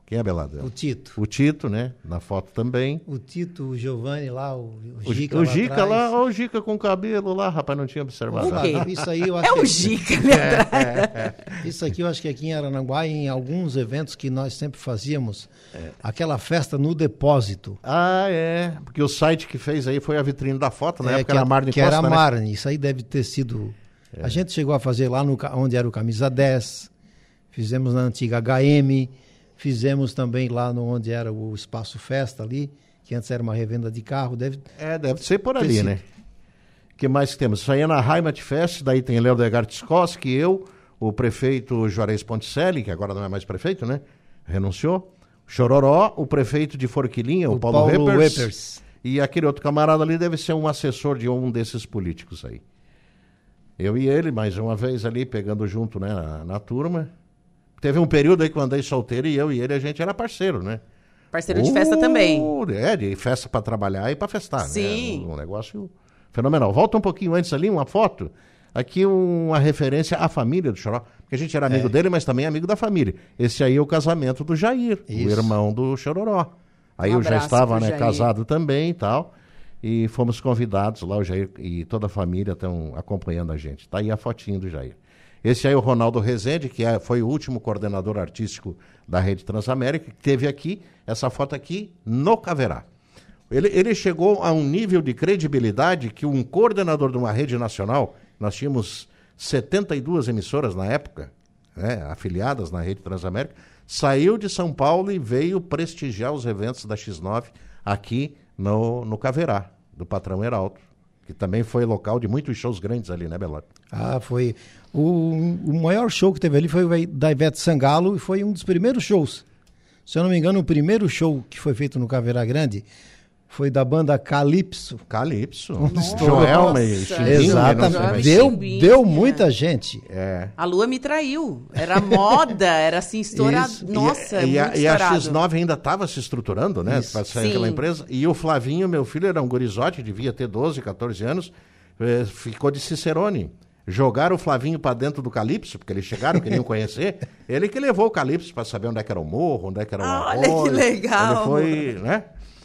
Quem é Belada? O Tito. O Tito, né? Na foto também. O Tito, o Giovanni lá, o, o O Gica o lá Gica atrás. lá, ó, o Gica com cabelo lá, rapaz, não tinha observado. O quê? Isso aí eu acho É o que- Gica ali atrás. Isso aqui eu acho que aqui em Araranguá, em alguns eventos que nós sempre fazíamos, aquela festa no depósito. Ah, é. Porque o site que fez aí foi a vitrine da foto, na É, época que, era a Marne que Costa, era a né? Marne, isso aí deve ter sido... A gente chegou a fazer lá no, ca- onde era o Camisa dez, fizemos na antiga H M, fizemos também lá no, onde era o Espaço Festa ali, que antes era uma revenda de carro, deve... É, deve ser por Ter ali, sido. né? O que mais que temos? Isso aí é na Heimat Fest, daí tem Léo Degart Skoski, eu, o prefeito Juarez Ponticelli, que agora não é mais prefeito, né? Renunciou. Chororó, o prefeito de Forquilinha, o, O Paulo, Paulo Reppers, Reppers. E aquele outro camarada ali deve ser um assessor de um desses políticos aí. Eu e ele, mais uma vez ali, pegando junto, né, na, na turma. Teve um período aí que eu andei solteiro e eu e ele, a gente era parceiro, né? Parceiro de festa também. Uh, É, de festa pra trabalhar e pra festar, Sim. né? Um, um negócio fenomenal. Volta um pouquinho antes ali, uma foto. Aqui uma referência à família do Chororó. Porque a gente era amigo É. dele, mas também amigo da família. Esse aí é o casamento do Jair, Isso. o irmão do Chororó. Aí Um eu já abraço estava, pro né, Jair. casado também e tal. E fomos convidados lá, o Jair e toda a família estão acompanhando a gente. Tá aí a fotinho do Jair. Esse aí é o Ronaldo Rezende, que é- foi o último coordenador artístico da Rede Transamérica, que teve aqui, essa foto aqui, no Caverá. Ele, ele chegou a um nível de credibilidade que um coordenador de uma rede nacional, nós tínhamos setenta e duas emissoras na época, né, afiliadas na Rede Transamérica, saiu de São Paulo e veio prestigiar os eventos da X nove aqui no, no Caverá, do patrão Heraldo, que também foi local de muitos shows grandes ali, né, Belado? Ah, foi... O, o maior show que teve ali foi o da Ivete Sangalo e foi um dos primeiros shows. Se eu não me engano, o primeiro show que foi feito no Caveira Grande foi da banda Calypso. Calypso, Nossa. Joelma e Nossa. Chimbinha, Exatamente. não sei, Deu, Chimbinha. deu muita gente. É. A lua me traiu. Era moda, era assim, estourado. Isso. Nossa, e, e, a, muito e a estourado. X nove ainda estava se estruturando, né? Isso. Para sair Sim. aquela empresa. E o Flavinho, meu filho, era um gurizote, devia ter doze, catorze anos, eh, ficou de Cicerone. Jogaram o Flavinho para dentro do Calypso, porque eles chegaram, queriam conhecer. Ele que levou o Calypso para saber onde é que era o morro, onde é que era o Ah, olha arroio. que legal. Ele foi, né?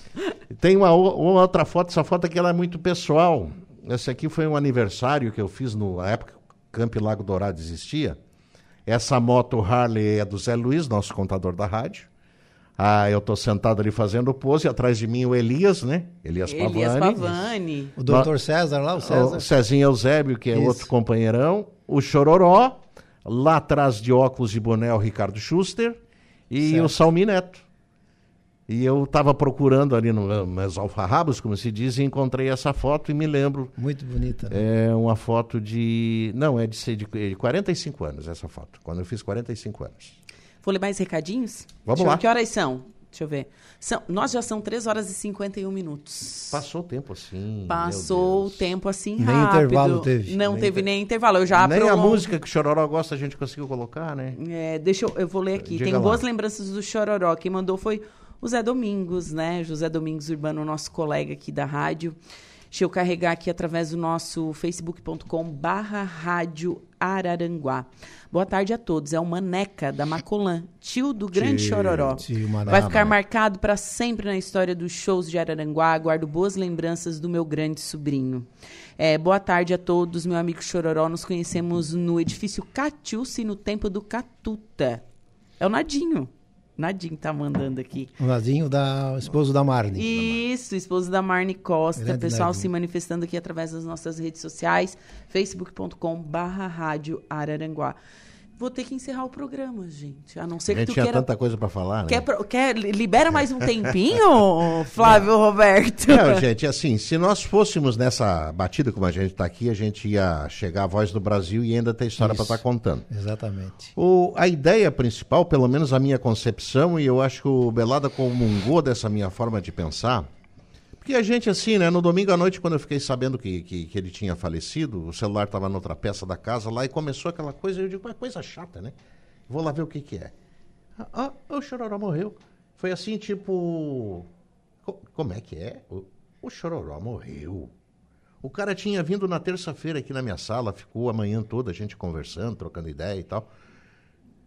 Tem uma, o- uma outra foto, essa foto aqui ela é muito pessoal. Esse aqui foi um aniversário que eu fiz no- na época que o Camp Lago Dourado existia. Essa moto Harley é do Zé Luiz, nosso contador da rádio. Ah, eu tô sentado ali fazendo pose, atrás de mim o Elias, né? Elias Pavani. Elias Pavani. O doutor César lá, o César. O Cezinho Eusébio, que é Isso. outro companheirão. O Chororó. Lá atrás de óculos e boné, o Ricardo Schuster. E Certo. o Salmi Neto. E eu estava procurando ali no, nos alfarrabos, como se diz, e encontrei essa foto e me lembro. Muito bonita. Né? É uma foto de... Não, é de, ser de, de quarenta e cinco anos essa foto. Quando eu fiz quarenta e cinco anos. Vou ler mais recadinhos? Vamos Deixa eu- lá. Que horas são? Deixa eu ver. São, nós já são três horas e cinquenta e um minutos. Passou o tempo assim. Passou meu o Deus. tempo assim Nem rápido. intervalo teve. Não Nem teve te- nem intervalo. Eu já Nem a prolongo- música que o Chororó gosta a gente conseguiu colocar, né? É, deixa eu, eu vou ler aqui. Diga Tem lá. boas lembranças do Chororó. Quem mandou foi o Zé Domingos, né? José Domingos Urbano, nosso colega aqui da rádio. Deixa eu carregar aqui através do nosso facebook ponto com barra rádio Araranguá. Boa tarde a todos. É o Maneca da Macolã, tio do grande Tio, Chororó. tio Maneca. Vai ficar marcado para sempre na história dos shows de Araranguá. Guardo boas lembranças do meu grande sobrinho. É, boa tarde a todos, meu amigo Chororó. Nos conhecemos no edifício Catiúce, no tempo do Catuta. É o Nadinho. Nadinho tá mandando aqui. O Nadinho, da, o esposo da Marne. Isso, esposo da Marne Costa. Grande Pessoal Nadinho. se manifestando aqui através das nossas redes sociais, facebook ponto com barra rádio Araranguá. Vou ter que encerrar o programa, gente. A não ser A que gente tu tinha queira... tanta coisa para falar, né? Quer, pro- quer, libera mais um tempinho, Flávio Roberto? Não, gente, assim, se nós fôssemos nessa batida como a gente está aqui, a gente ia chegar à Voz do Brasil e ainda ter história para Isso. estar contando. Exatamente. O, a ideia principal, pelo menos a minha concepção, e eu acho que o Belada comungou dessa minha forma de pensar, porque a gente, assim, né, no domingo à noite, quando eu fiquei sabendo que, que, que ele tinha falecido, o celular estava noutra peça da casa lá e começou aquela coisa, eu digo, uma coisa chata, né? Vou lá ver o que que é. Ah, ah, o Chororó morreu. Foi assim, tipo... co- Como é que é? O, o Chororó morreu. O cara tinha vindo na terça-feira aqui na minha sala, ficou a manhã toda a gente conversando, trocando ideia e tal.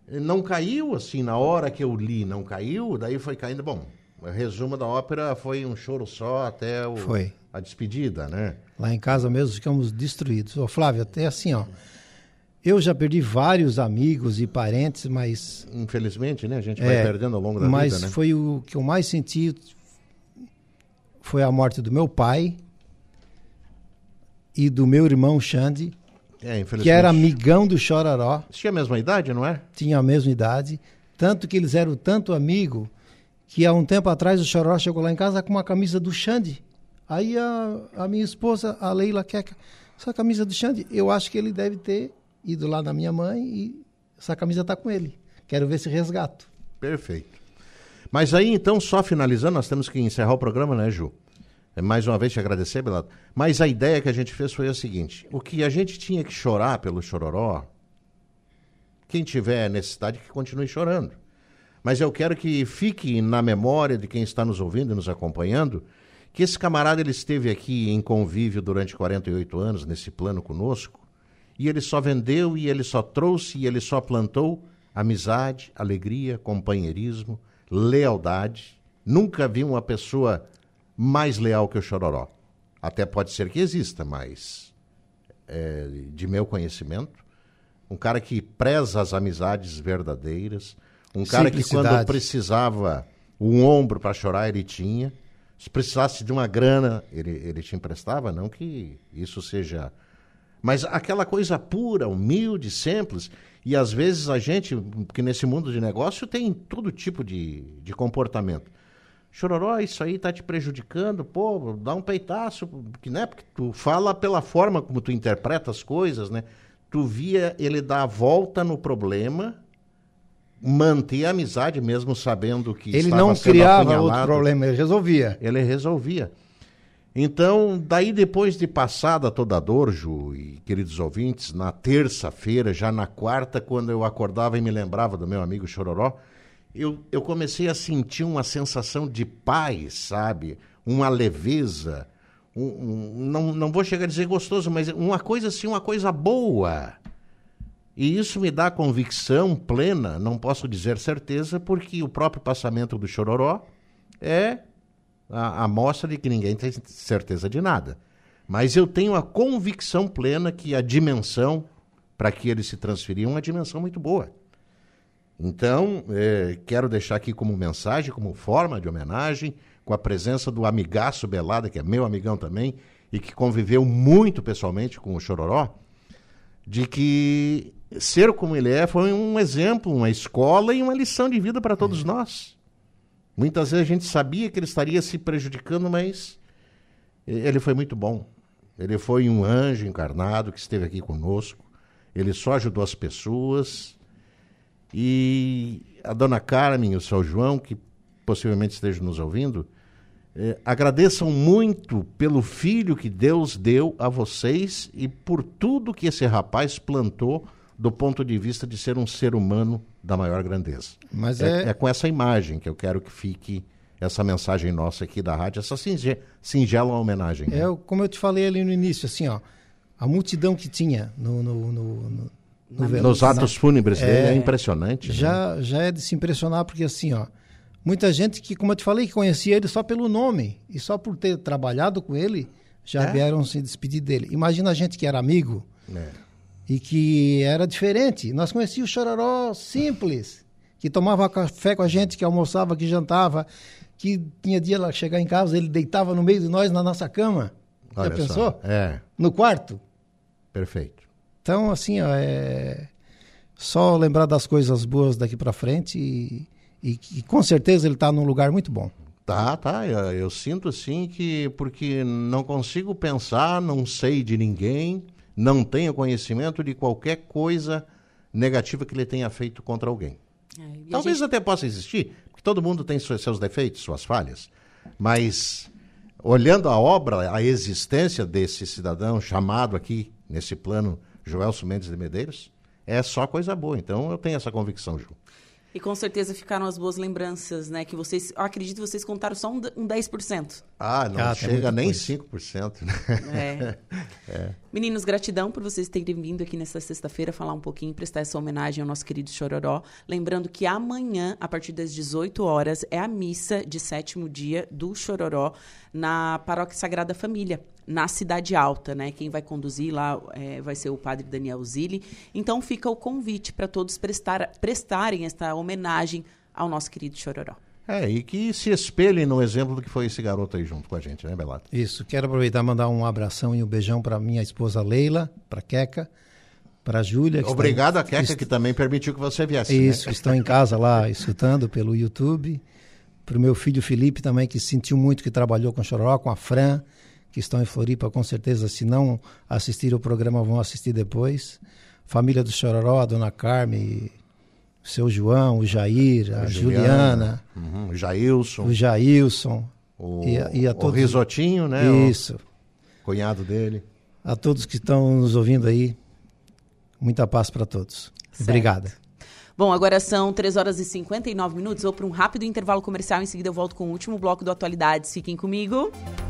Não caiu, assim, na hora que eu li, não caiu, daí foi caindo, bom, o resumo da ópera foi um choro só até o, Foi. a despedida, né? Lá em casa mesmo ficamos destruídos. Ô, Flávio, até assim, ó, eu já perdi vários amigos e parentes, mas... Infelizmente, né? A gente É, vai perdendo ao longo da mas vida, né? foi o que eu mais senti, foi a morte do meu pai e do meu irmão Xande, É, infelizmente. que era amigão do Chororó, Tinha a mesma idade, não é? tinha a mesma idade, tanto que eles eram tanto amigo que há um tempo atrás o Chororó chegou lá em casa com uma camisa do Xande. Aí a, a minha esposa, a Leila, quer essa camisa do Xande. Eu acho que ele deve ter ido lá na minha mãe e essa camisa está com ele. Quero ver se resgato. Perfeito. Mas aí, então, só finalizando, nós temos que encerrar o programa, né, Ju? É, mais uma vez te agradecer, Belado. Mas a ideia que a gente fez foi a seguinte: o que a gente tinha que chorar pelo Chororó, quem tiver necessidade que continue chorando. Mas eu quero que fique na memória de quem está nos ouvindo e nos acompanhando, que esse camarada ele esteve aqui em convívio durante quarenta e oito anos, nesse plano conosco, e ele só vendeu, e ele só trouxe, e ele só plantou amizade, alegria, companheirismo, lealdade. Nunca vi uma pessoa mais leal que o Chororó. Até pode ser que exista, mas é, de meu conhecimento, um cara que preza as amizades verdadeiras, um cara que quando precisava um ombro para chorar, ele tinha. Se precisasse de uma grana, ele, ele te emprestava, não que isso seja... Mas aquela coisa pura, humilde, simples, e às vezes a gente, que nesse mundo de negócio, tem todo tipo de, de comportamento. Chororó, isso aí tá te prejudicando, pô, dá um peitaço, porque, né, porque tu fala pela forma como tu interpreta as coisas, né? Tu via ele dar a volta no problema, manter a amizade mesmo sabendo que Ele estava não sendo criava apunhalado. outro problema, ele resolvia. Ele resolvia. Então, daí depois de passada toda a dor, Ju e queridos ouvintes, na terça-feira, já na quarta, quando eu acordava e me lembrava do meu amigo Chororó, eu, eu comecei a sentir uma sensação de paz, sabe? Uma leveza, um, um, não, não vou chegar a dizer gostoso, mas uma coisa assim, uma coisa boa. E isso me dá convicção plena, não posso dizer certeza, porque o próprio passamento do Chororó é a, a mostra de que ninguém tem certeza de nada. Mas eu tenho a convicção plena que a dimensão para que ele se transferiu é uma dimensão muito boa. Então, eh, quero deixar aqui como mensagem, como forma de homenagem, com a presença do amigaço Belada, que é meu amigão também, e que conviveu muito pessoalmente com o Chororó, de que ser como ele é foi um exemplo, uma escola e uma lição de vida para todos nós. Muitas vezes a gente sabia que ele estaria se prejudicando, mas ele foi muito bom. Ele foi um anjo encarnado que esteve aqui conosco, ele só ajudou as pessoas. E a dona Carmen e o seu João, que possivelmente estejam nos ouvindo, eh, agradeçam muito pelo filho que Deus deu a vocês e por tudo que esse rapaz plantou do ponto de vista de ser um ser humano da maior grandeza. Mas é, é... é com essa imagem que eu quero que fique essa mensagem nossa aqui da rádio, essa singe- singela homenagem. É, como eu te falei ali no início, assim, ó, a multidão que tinha no... no, no, no... No Nos atos fúnebres é, dele é impressionante. Já, né? já é de se impressionar, porque assim, ó, muita gente que, como eu te falei, que conhecia ele só pelo nome e só por ter trabalhado com ele, já é? vieram se despedir dele. Imagina a gente que era amigo é. e que era diferente. Nós conhecíamos o Chororó simples, que tomava café com a gente, que almoçava, que jantava, que tinha dia lá chegar em casa, ele deitava no meio de nós na nossa cama. Olha já pensou? Só. É. No quarto. Perfeito. Então, assim, ó, é só lembrar das coisas boas daqui para frente e, e, e com certeza ele está num lugar muito bom. Tá, tá. Eu, eu sinto assim que porque não consigo pensar, não sei de ninguém, não tenho conhecimento de qualquer coisa negativa que ele tenha feito contra alguém. É, Talvez gente... até possa existir, porque todo mundo tem seus defeitos, suas falhas, mas olhando a obra, a existência desse cidadão chamado aqui nesse plano Joelson Mendes de Medeiros, é só coisa boa. Então eu tenho essa convicção, Ju. E com certeza ficaram as boas lembranças, né? Que vocês, eu acredito que vocês contaram só um, um dez por cento. Ah, não Ah, chega nem coisa. cinco por cento. Né? É. É. Meninos, gratidão por vocês terem vindo aqui nesta sexta-feira falar um pouquinho, prestar essa homenagem ao nosso querido Chororó. Lembrando que amanhã, a partir das dezoito horas, é a missa de sétimo dia do Chororó na Paróquia Sagrada Família, na Cidade Alta, né? Quem vai conduzir lá é, vai ser o padre Daniel Zilli. Então fica o convite para todos prestar, prestarem esta homenagem ao nosso querido Chororó. É, e que se espelhem no exemplo do que foi esse garoto aí junto com a gente, né, Belato? Isso, quero aproveitar e mandar um abração e um beijão para minha esposa Leila, para Queca, para a Júlia. Obrigado está, a Queca, que, que também permitiu que você viesse. Isso, né? estão em casa lá escutando pelo YouTube. Para o meu filho Felipe também, que sentiu muito, que trabalhou com o Chororó, com a Fran, que estão em Floripa, com certeza, se não assistir o programa, vão assistir depois. Família do Chororó, a dona Carmen, o seu João, o Jair, a, a Juliana, Juliana uhum, o Jailson, o Jailson, o, e a, e a todos, o Risotinho, né? Isso. O cunhado dele. A todos que estão nos ouvindo aí, muita paz para todos. Certo. Obrigada. Bom, agora são três horas e cinquenta e nove minutos. Vou para um rápido intervalo comercial. Em seguida eu volto com o último bloco do Atualidades. Fiquem comigo.